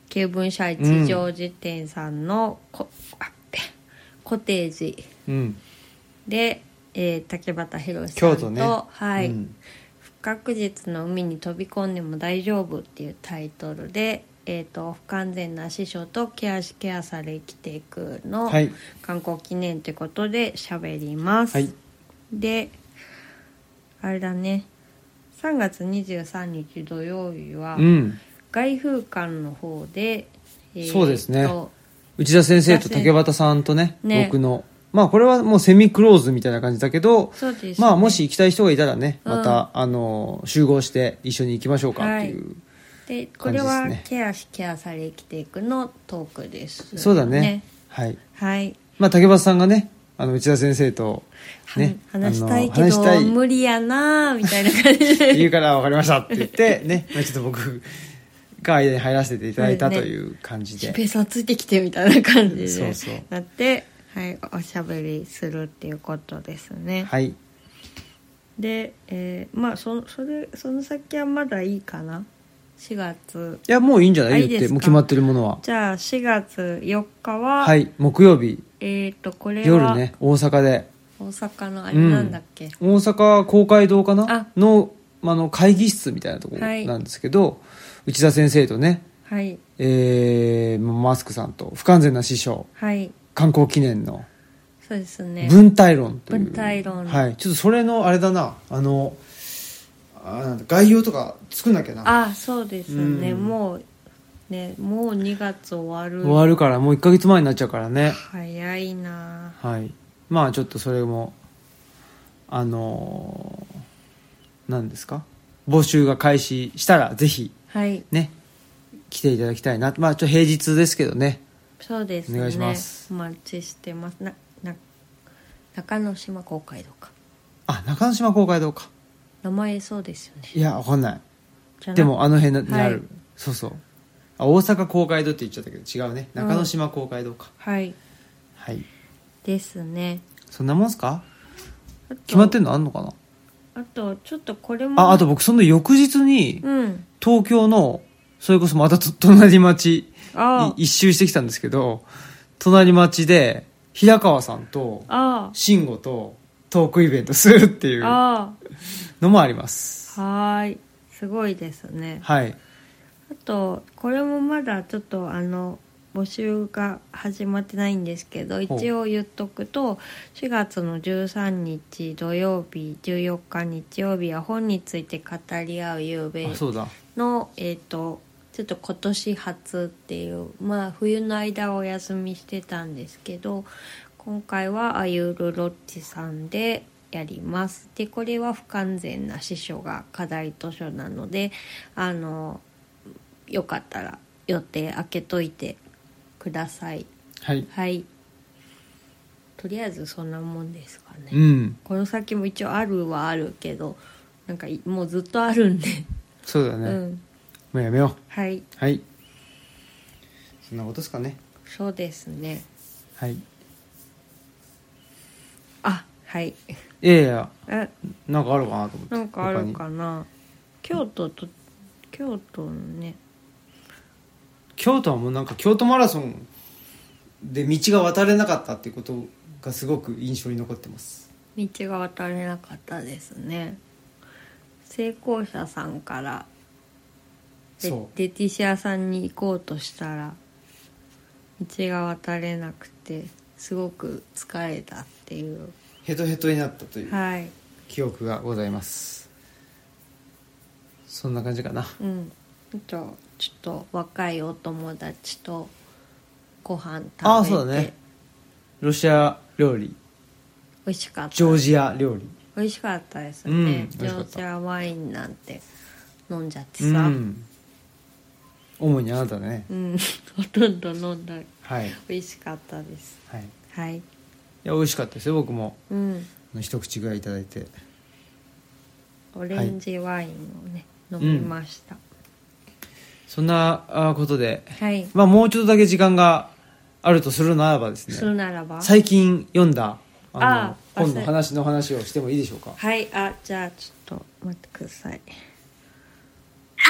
旧文社一条辞典さんのこ、うん、あコテージで、うんえー、竹端博さんと京都ね、 はいうん、 不確実の海に飛び込んでも大丈夫っていうタイトルで、えー、と不完全な師匠とケアしケアされ生きていくの観光記念ということで喋ります、はい、であれだねさんがつにじゅうさんにち土曜日は、うん、外風館の方で、 えー、そうですね内田先生と竹端さんと ね, ね僕のまあこれはもうセミクローズみたいな感じだけど、そうですね、まあもし行きたい人がいたらねまた、うん、あの集合して一緒に行きましょうかっていう、はいでこれはケアしケアされ生きていくのトークです、 ね、そうだねはい、 はい、 まあ竹端さんがねあの内田先生とね話したいけど無理やなみたいな感じで言うから分かりましたって言ってねちょっと僕が間に入らせていただいたという感じで、 ね、ペーサーついてきてみたいな感じでそうそうなってはいおしゃべりするっていうことですねはいで、えー、まあ そ, それその先はまだいいかなしがついやもういいんじゃない言ってもう決まってるものはじゃあしがつよっかははい木曜日えーとこれは夜ね大阪で大阪のあれなんだっけ、 うん、大阪公会堂かなの、まあ、の会議室みたいなところなんですけど、はい、内田先生とね、 はいえー、マスクさんと不完全な師匠、 はい、 観光記念のそうですね文体論という文体論、 はい、ちょっとそれのあれだなあのあなん概要とか作んなきゃなあそうですね、うん、もうねもうにがつ終わる終わるからもういっかげつまえになっちゃうからね早いなはいまあちょっとそれもあのー、何ですか募集が開始したらぜひね、はい、来ていただきたいなまあちょっと平日ですけどねそうですねお願いしますお待ちしてますなな中之島公会堂かあ中之島公会堂か名前そうですよねいやわかんないでもあの辺にある、はい、そうそうあ大阪公会堂って言っちゃったけど違うね中之島公会堂か、 うん、はいはいですねそんなもんすか決まってんのあんのかなあとちょっとこれもああと僕その翌日に、うん、東京のそれこそまた隣町一周してきたんですけど隣町で平川さんと慎吾とトークイベントするっていうのもありますはいすごいですねはいあとこれもまだちょっとあの募集が始まってないんですけど一応言っとくとしがつのじゅうさんにち土曜日じゅうよっか日曜日は本について語り合う夕べのえっとちょっと今年初っていうまあ冬の間お休みしてたんですけど今回はあゆるロッチさんでやりますでこれは不完全な司書が課題図書なのであのよかったら予定開けといてくださいはい、 はい、とりあえずそんなもんですかね、 うん、 この先も一応あるはあるけどなんかもうずっとあるんでそうだね、うん、もうやめようはいはいそんなことですかねそうですねはいあはいいやいやなんかあるかなと思ってなんかあるかな京都と京都のね京都はもうなんか京都マラソンで道が渡れなかったっていうことがすごく印象に残ってます道が渡れなかったですね成功者さんからレティシアさんに行こうとしたら道が渡れなくてすごく疲れたっていうヘトヘトになったという記憶がございます、はい、そんな感じかなうんあとちょっと若いお友達とご飯食べてああそうだねロシア料理美味しかったジョージア料理美味しかったですね、うん、ジョージアワインなんて飲んじゃってさ、うん、 主にあなたね、 うん、ほとんど飲んだ、 はい、 美味しかったですはい、 はい、いや美味しかったですよ僕も、 うん、 一口ぐらいいただいてオレンジワインをね、はい、飲みました、うん、 そんなことで、 はいまあ、もうちょっとだけ時間があるとするならばですねするならば最近読んだあのあ本の話の話をしてもいいでしょうかはいあじゃあちょっと待ってくださいさ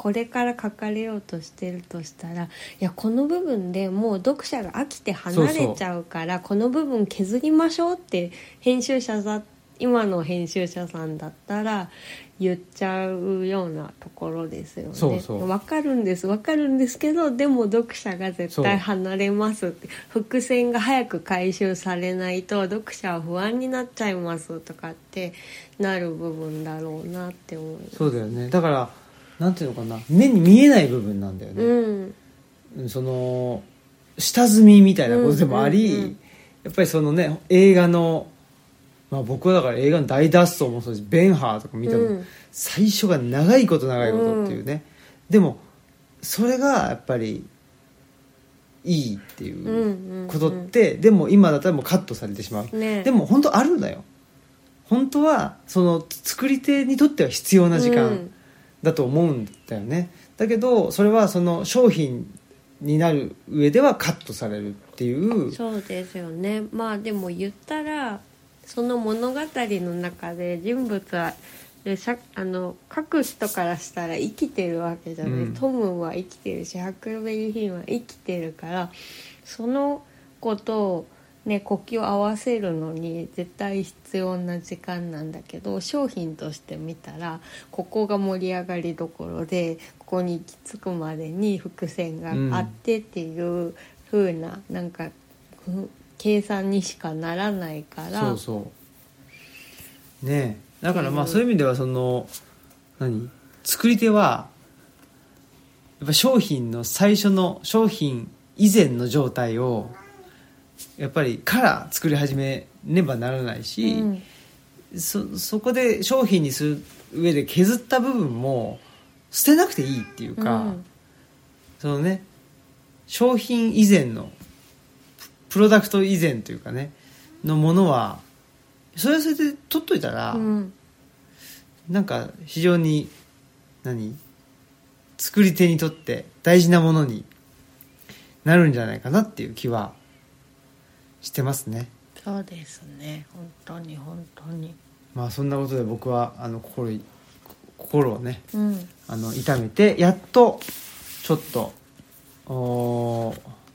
これから書かれようとしてるとしたら、いやこの部分でもう読者が飽きて離れちゃうから、そうそうこの部分削りましょうって編集者だ今の編集者さんだったら言っちゃうようなところですよね。 そうそう分かるんです分かるんですけど、でも読者が絶対離れますって、伏線が早く回収されないと読者は不安になっちゃいますとかってなる部分だろうなって思います。 そうだよね。だからなんていうのかな、目に見えない部分なんだよね、 うん、 その下積みみたいなことでもあり、うんうんうん、やっぱりそのね映画の、まあ、僕はだから映画の大脱走もそうしベンハーとか見ても、うん、最初が長いこと長いことっていうね、うん、でもそれがやっぱりいいっていうことって、うんうんうん、でも今だったらもうカットされてしまう、ね、でも本当あるんだよ。本当はその作り手にとっては必要な時間、うんだと思うんだよね。だけどそれはその商品になる上ではカットされるっていう。 そうですよね。まあでも言ったらその物語の中で人物はであの書く人からしたら生きてるわけじゃない、うん、トムは生きてるしハックルベリーフィンは生きてるから、そのことをね、呼吸を合わせるのに絶対必要な時間なんだけど、商品として見たらここが盛り上がりどころでここに行き着くまでに伏線があってっていう風な、うん、なんか計算にしかならないから。 そうそうねえ、だからまあそういう意味ではその何作り手はやっぱ商品の最初の商品以前の状態をやっぱりから作り始めねばならないし、うん、そ, そこで商品にする上で削った部分も捨てなくていいっていうか、うん、そのね商品以前のプロダクト以前というかねのものはそれはそれで取っといたら、うん、なんか非常に何作り手にとって大事なものになるんじゃないかなっていう気はしてますね。 そうですね、本当に本当に。 まあそんなことで僕はあの 心, 心をね、うん、あの痛めてやっとちょっとお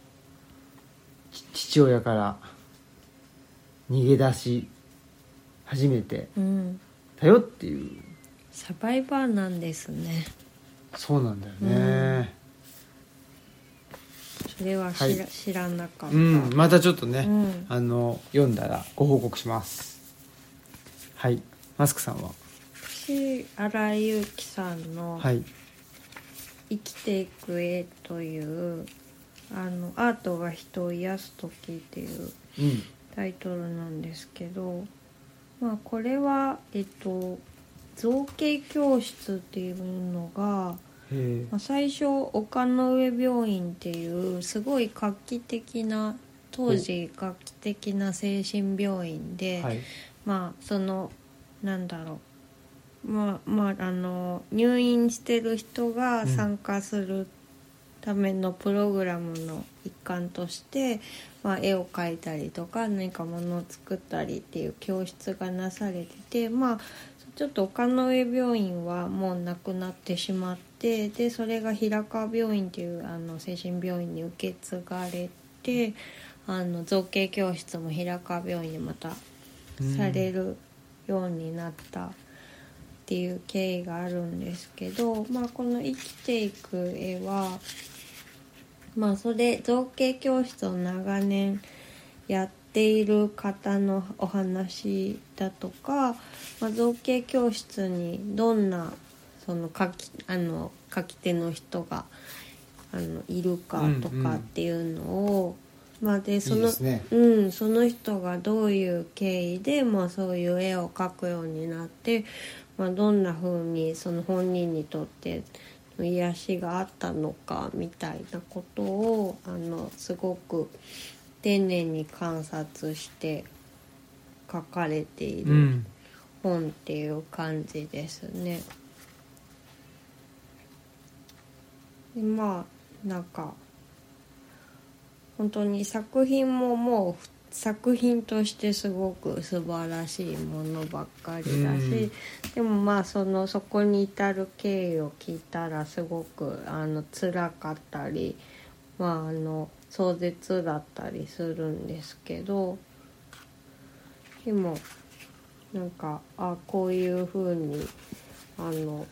父親から逃げ出し始めてたよっていう、うん、 サバイバーなんですね。 そうなんだよね、 うん、それは知 ら,、はい、知らなかった、 うん、またちょっとね、うん、あの読んだらご報告します。はい、マスクさんは私新井祐樹さんの、はい、生きていく絵というあのアートが人を癒す時っていうタイトルなんですけど、うん、まあこれはえっと造形教室っていうのが、まあ、最初丘の上病院っていうすごい画期的な当時画期的な精神病院で、はい、まあそのなんだろうまあまああの入院してる人が参加するためのプログラムの一環として、まあ、絵を描いたりとか何か物を作ったりっていう教室がなされてて、まあちょっと丘の上病院はもうなくなってしまって、でそれが平川病院っていうあの精神病院に受け継がれて、あの造形教室も平川病院でまたされるようになったっていう経緯があるんですけど、まあ、この生きていく絵は、まあ、それ造形教室を長年やっている方のお話だとか、まあ、造形教室にどんなその書き、あの書き手の人があのいるかとかっていうのを、うんうん、まあ、でそのいいですね、うん、その人がどういう経緯で、まあ、そういう絵を描くようになって、まあ、どんな風にその本人にとって癒しがあったのかみたいなことをあのすごく丁寧に観察して書かれている本っていう感じですね。でまあなんか本当に作品ももう作品としてすごく素晴らしいものばっかりだし、うん、でもまあそのそこに至る経緯を聞いたらすごくあの辛かったり、まあ、あの壮絶だったりするんですけど、でもなんかあこういう風にあの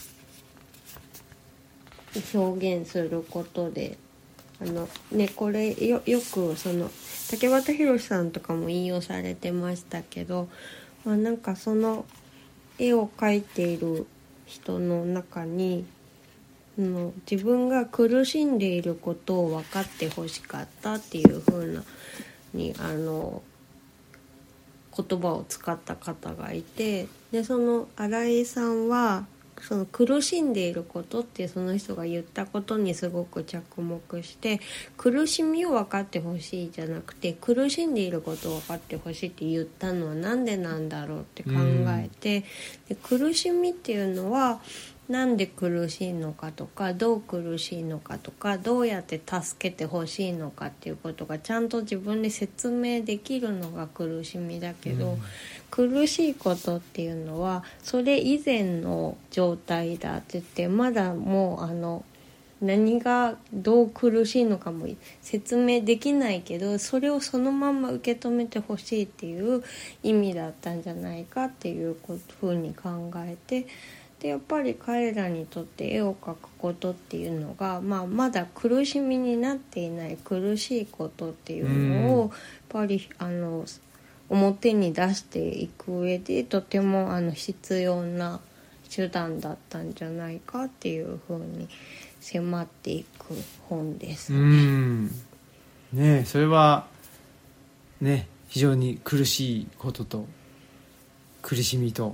表現することであのねこれ よ, よくその竹俣宏さんとかも引用されてましたけど、まあ、なんかその絵を描いている人の中にの自分が苦しんでいることを分かってほしかったっていう風なにあの言葉を使った方がいて、でその新井さんはその苦しんでいることってその人が言ったことにすごく着目して、苦しみを分かってほしいじゃなくて苦しんでいることを分かってほしいって言ったのはなんでなんだろうって考えて、で苦しみっていうのはなんで苦しいのかとかどう苦しいのかとかどうやって助けてほしいのかっていうことがちゃんと自分で説明できるのが苦しみだけど、うん、苦しいことっていうのはそれ以前の状態だって言ってまだもうあの何がどう苦しいのかも説明できないけどそれをそのまま受け止めてほしいっていう意味だったんじゃないかっていうふうに考えて、でやっぱり彼らにとって絵を描くことっていうのが、まあ、まだ苦しみになっていない苦しいことっていうのをやっぱりあの表に出していく上でとてもあの必要な手段だったんじゃないかっていうふうに迫っていく本ですね。 うんねえそれはね非常に苦しいことと苦しみと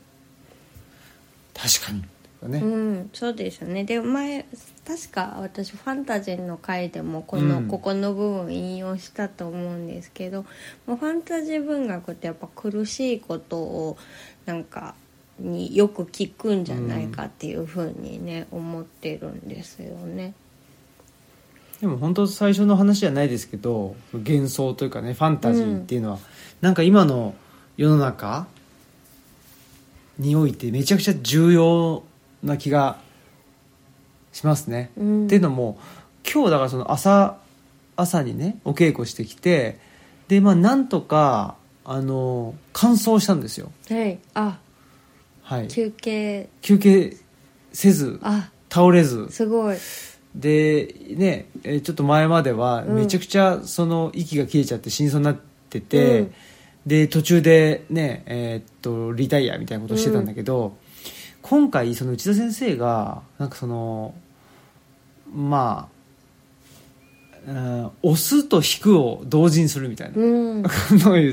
確かにね、 うん、そうですね。で前確か私ファンタジーの回でもこの、うん、ここの部分引用したと思うんですけど、もうファンタジー文学ってやっぱ苦しいことをなんかによく聞くんじゃないかっていうふうにね、うん、思ってるんですよね。 でも本当最初の話じゃないですけど幻想というかねファンタジーっていうのは、うん、なんか今の世の中においてめちゃくちゃ重要な気がしますね、うん、っていうのも今日だからその 朝, 朝にねお稽古してきてでまあなんとかあの完走したんですよ。 はいあはい、 休憩休憩せずあ倒れずすごいでねちょっと前まではめちゃくちゃその息が切れちゃって死にそうになってて、うん、で途中でねえー、っとリタイアみたいなことをしてたんだけど、うん、今回その内田先生がなんかそのまあ、うん、押すと引くを同時にするみたいなことを言って、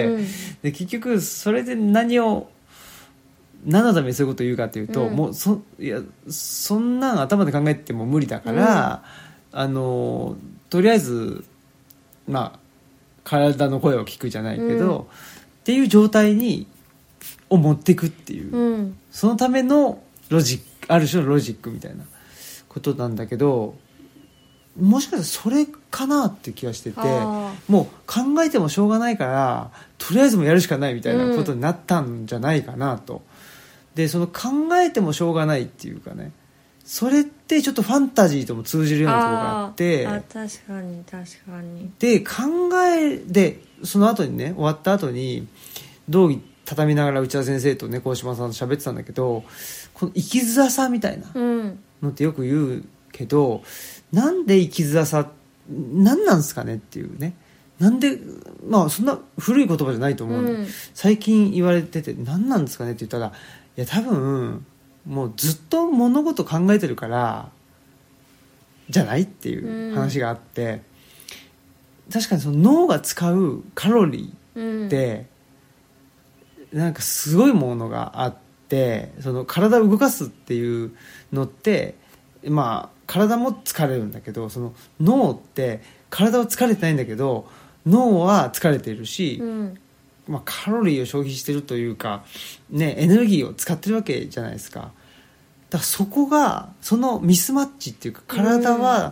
うん、で結局それで何を何のためにそういうことを言うかというと、うん、もう そ, いやそんなん頭で考えても無理だから、うん、あのとりあえずまあ体の声を聞くじゃないけど、うん、っていう状態にを持っていくっていう、うん、そのためのロジックある種のロジックみたいなことなんだけどもしかしたらそれかなって気がしててもう考えてもしょうがないからとりあえずもやるしかないみたいなことになったんじゃないかなと、うん、でその考えてもしょうがないっていうかねそれってちょっとファンタジーとも通じるようなところがあってああ確かに確かにで考えでその後にね終わった後に道着畳みながら内田先生とね鴻島さんと喋ってたんだけどこの生きづらさみたいなのってよく言うけど、うん、なんで生きづらさ何なんですかねっていうねなんでまあそんな古い言葉じゃないと思うの、うん、最近言われてて何なんですかねって言ったらいや多分もうずっと物事考えてるからじゃないっていう話があって、うん、確かにその脳が使うカロリーって、うん、なんかすごいものがあってその体を動かすっていうのってまあ体も疲れるんだけどその脳って体は疲れてないんだけど脳は疲れているし、うんまあ、カロリーを消費してるというか、ね、エネルギーを使ってるわけじゃないですか。だからそこがそのミスマッチっていうか体は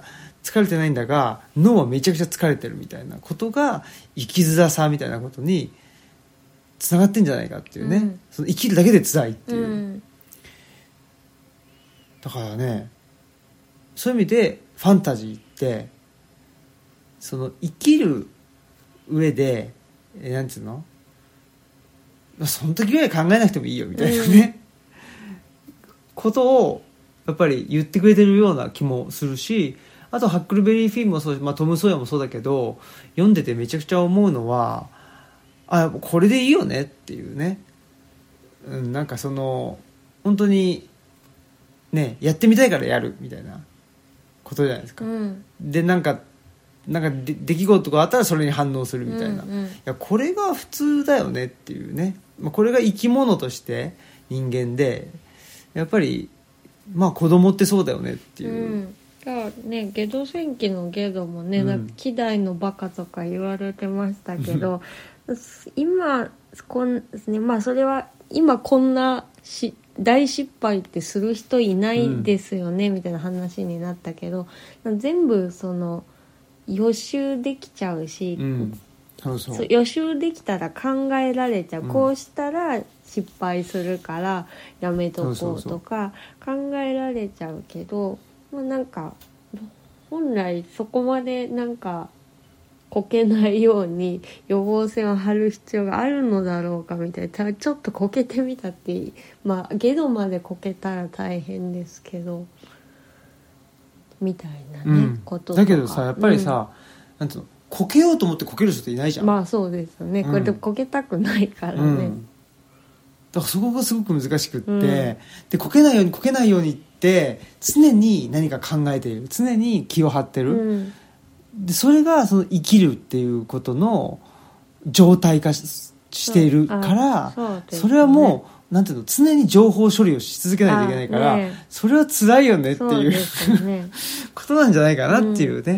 疲れてないんだが脳はめちゃくちゃ疲れてるみたいなことが生きづらさみたいなことにつながってんじゃないかっていうね、うん、その生きるだけで辛いっていう、うん、だからねそういう意味でファンタジーってその生きる上でえなんつうのその時ぐらい考えなくてもいいよみたいなね、うん、ことをやっぱり言ってくれてるような気もするし、あとハックルベリーフィンもそう、まあ、トム・ソーヤもそうだけど読んでてめちゃくちゃ思うのはあこれでいいよねっていうね、うん、なんかその本当にねやってみたいからやるみたいなことじゃないですか、うん、でなんかなんかで出来事があったらそれに反応するみたいな、うんうん、いやこれが普通だよねっていうね、まあ、これが生き物として人間でやっぱりまあ子供ってそうだよねっていう、うん、 だからねゲド戦記のゲドもね、うん、なんか希代のバカとか言われてましたけど今こん、ね、まあそれは今こんなし大失敗ってする人いないですよね、うん、みたいな話になったけど全部その予習できちゃうし、うん、そうそう予習できたら考えられちゃう、うん、こうしたら失敗するからやめとこうとかそうそうそう考えられちゃうけど、まあ、なんか本来そこまでなんかこけないように予防線を張る必要があるのだろうかみたいな、ちょっとこけてみたっていい、まあゲドまでこけたら大変ですけどみたいなね、うん、こととかだけどさやっぱりさ、うん、なんていうのこけようと思ってこける人っていないじゃん。 まあそうですよね、これでこけたくないからね、うん、 だからそこがすごく難しくって、うん、でこけないようにこけないようにって常に何か考えている、常に気を張ってる、うん、でそれがその生きるっていうことの状態化 し, しているから そ, う そ, ね、それはもうなんていうの常に情報処理をし続けないといけないから、ね、それは辛いよねっていう、ね、ことなんじゃないかなっていうね、うん、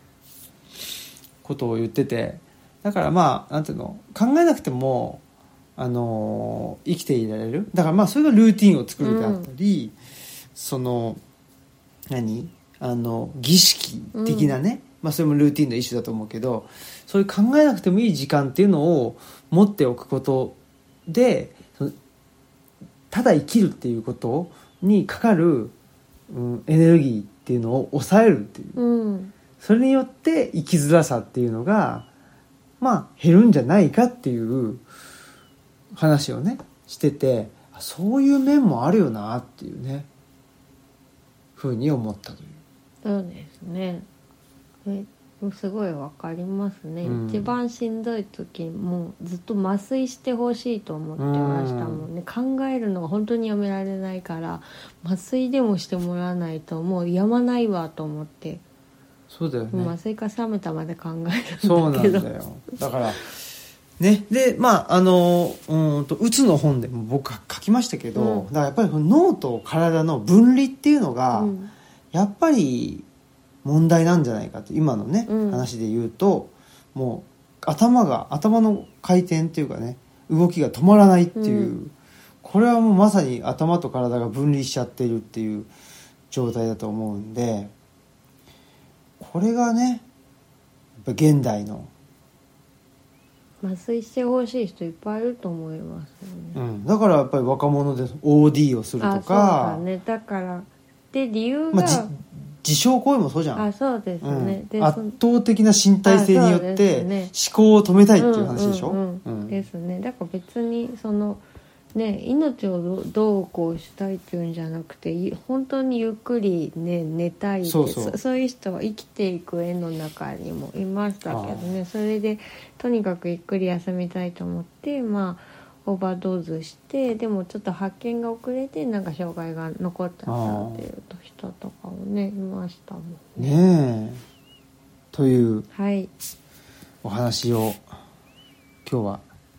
ことを言ってて、だからまあなんていうの考えなくてもあのー、生きていられる。だからまあそれがルーティンを作るであったり、うん、その何あの儀式的なね、うんまあ、それもルーティンの一種だと思うけど、そういう考えなくてもいい時間っていうのを持っておくことでそのただ生きるっていうことにかかる、うん、エネルギーっていうのを抑えるっていう、うん、それによって生きづらさっていうのがまあ減るんじゃないかっていう話をねしてて、そういう面もあるよなっていうねふうに思ったという。 そうですね、えすごいわかりますね、うん、一番しんどい時もずっと麻酔してほしいと思ってましたもんね、うん、考えるのが本当にやめられないから麻酔でもしてもらわないともうやまないわと思って。 そうだよね、 麻酔か冷めたまで考えるんだけど。 そうなんだよだからね、でまああのうんとうつの本でも僕は書きましたけど、うん、だからやっぱり脳と体の分離っていうのが、うん、やっぱり問題なんじゃないかと今のね、うん、話で言うともう頭が頭の回転っていうかね動きが止まらないっていう、うん、これはもうまさに頭と体が分離しちゃっているっていう状態だと思うんで、これがねやっぱ現代の麻酔してほしい人いっぱいいると思いますよね、うん、だからやっぱり若者で オーディー をするとか。あ、そうだね、だからで理由が、まあ、 自傷行為もそうじゃん。 あ、そうですね、うん、 で圧倒的な身体性によって思考を止めたいっていう話でしょ、うんうんうんうん、ですね。だから別にそのね命をどうこうしたいっていうんじゃなくて本当にゆっくり、ね、寝たいって、そうそう、そ, そういう人は生きていく絵の中にもいましたけどね。それでとにかくゆっくり休みたいと思ってまあオーバードーズしてでもちょっと発見が遅れてなんか障害が残っちゃったっていう人とかもねいましたもんね。 ねえというお話を今日は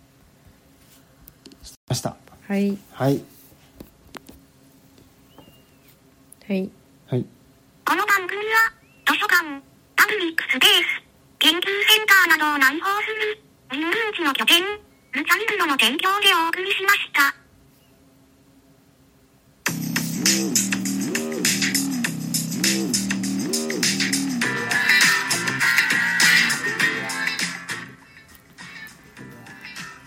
しました。 はいはいはいはい。 この番組は図書館、パブリックスペース、研究センターなどを内包する人文地の拠点ルチャリブロの提供でお送りしました。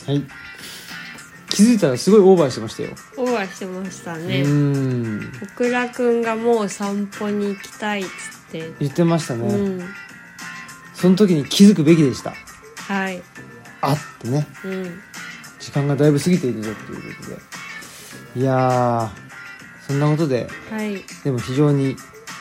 はい、気づいたらすごいオーバーしてましたよ。 オーバーしてましたね。 うん、 オクラくんがもう散歩に行きたいっつって言ってましたね、 うん、 その時に気づくべきでした。 はい、 あってね、 うん、 時間がだいぶ過ぎているぞっていうことで、いやーそんなことで、 はい、 でも非常に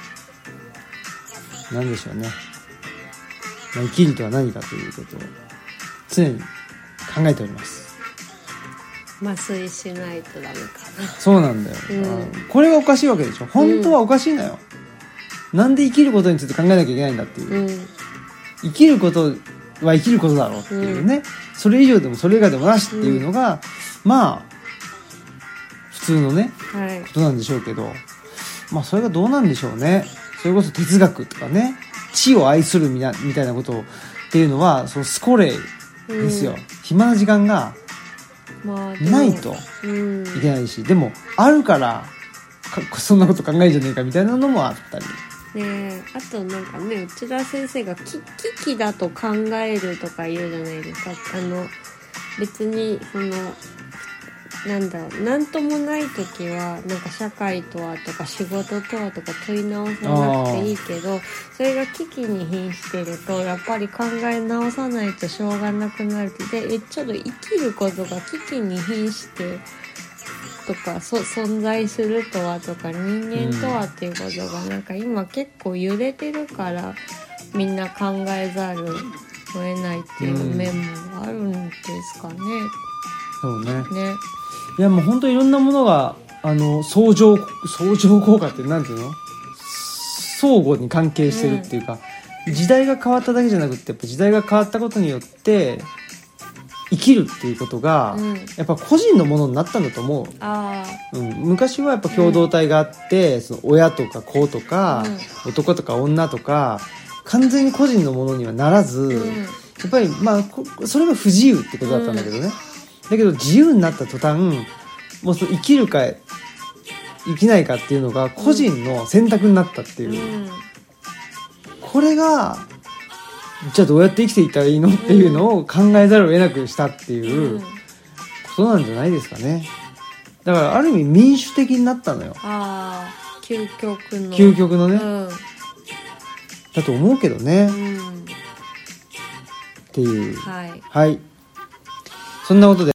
何でしょうね、まあ、生きるとは何かということを常に考えております。 麻酔しないとダメかな。 そうなんだよ、うん、これがおかしいわけでしょ。本当はおかしいのよ、うん、なんで生きることについて考えなきゃいけないんだっていう、うん、生きることは生きることだろうっていうね、うん、それ以上でもそれ以外でもなしっていうのが、うん、まあ普通のね、はい、ことなんでしょうけど、まあそれがどうなんでしょうね。それこそ哲学とかね、知を愛するみなみたいなことっていうのはそのスコレイですよ、うん、暇な時間がないといけないし、でもあるからそんなこと考えんじゃねえかみたいなのもあったりね。あとなんかね、内田先生が危機だと考えるとか言うじゃないですか。あの別にそのなんだろう、なんともない時はなんか社会とはとか仕事とはとか問い直さなくていいけど、それが危機に瀕してるとやっぱり考え直さないとしょうがなくなるで、えちょっと生きることが危機に瀕してとかそ存在するとはとか人間とはっていうことがなんか今結構揺れてるからみんな考えざるを得ないっていう面もあるんですかね。 そうね。 ね。 いやもう本当いろんなものがあの相乗相乗効果ってなんていうの、相互に関係してるっていうか、うん、時代が変わっただけじゃなくてやっぱ時代が変わったことによって生きるっていうことが、うん、やっぱ個人のものになったんだと思う。 あ、 うん、昔はやっぱ共同体があって、うん、その親とか子とか、うん、男とか女とか完全に個人のものにはならず、うん、やっぱりまあそれが不自由ってことだったんだけどね、うん、だけど自由になった途端もうその生きるか生きないかっていうのが個人の選択になったっていう、うん、これがじゃあどうやって生きていったらいいのっていうのを考えざるを得なくしたっていうことなんじゃないですかね。だからある意味民主的になったのよ。 ああ、究極の究極のね、うん、だと思うけどね、うん、っていう、 はい、 はい、そんなことで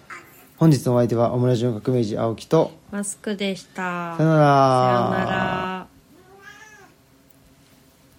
本日のお相手はオムラジオ革命児青木とマスクでした。 さよなら。 さよなら。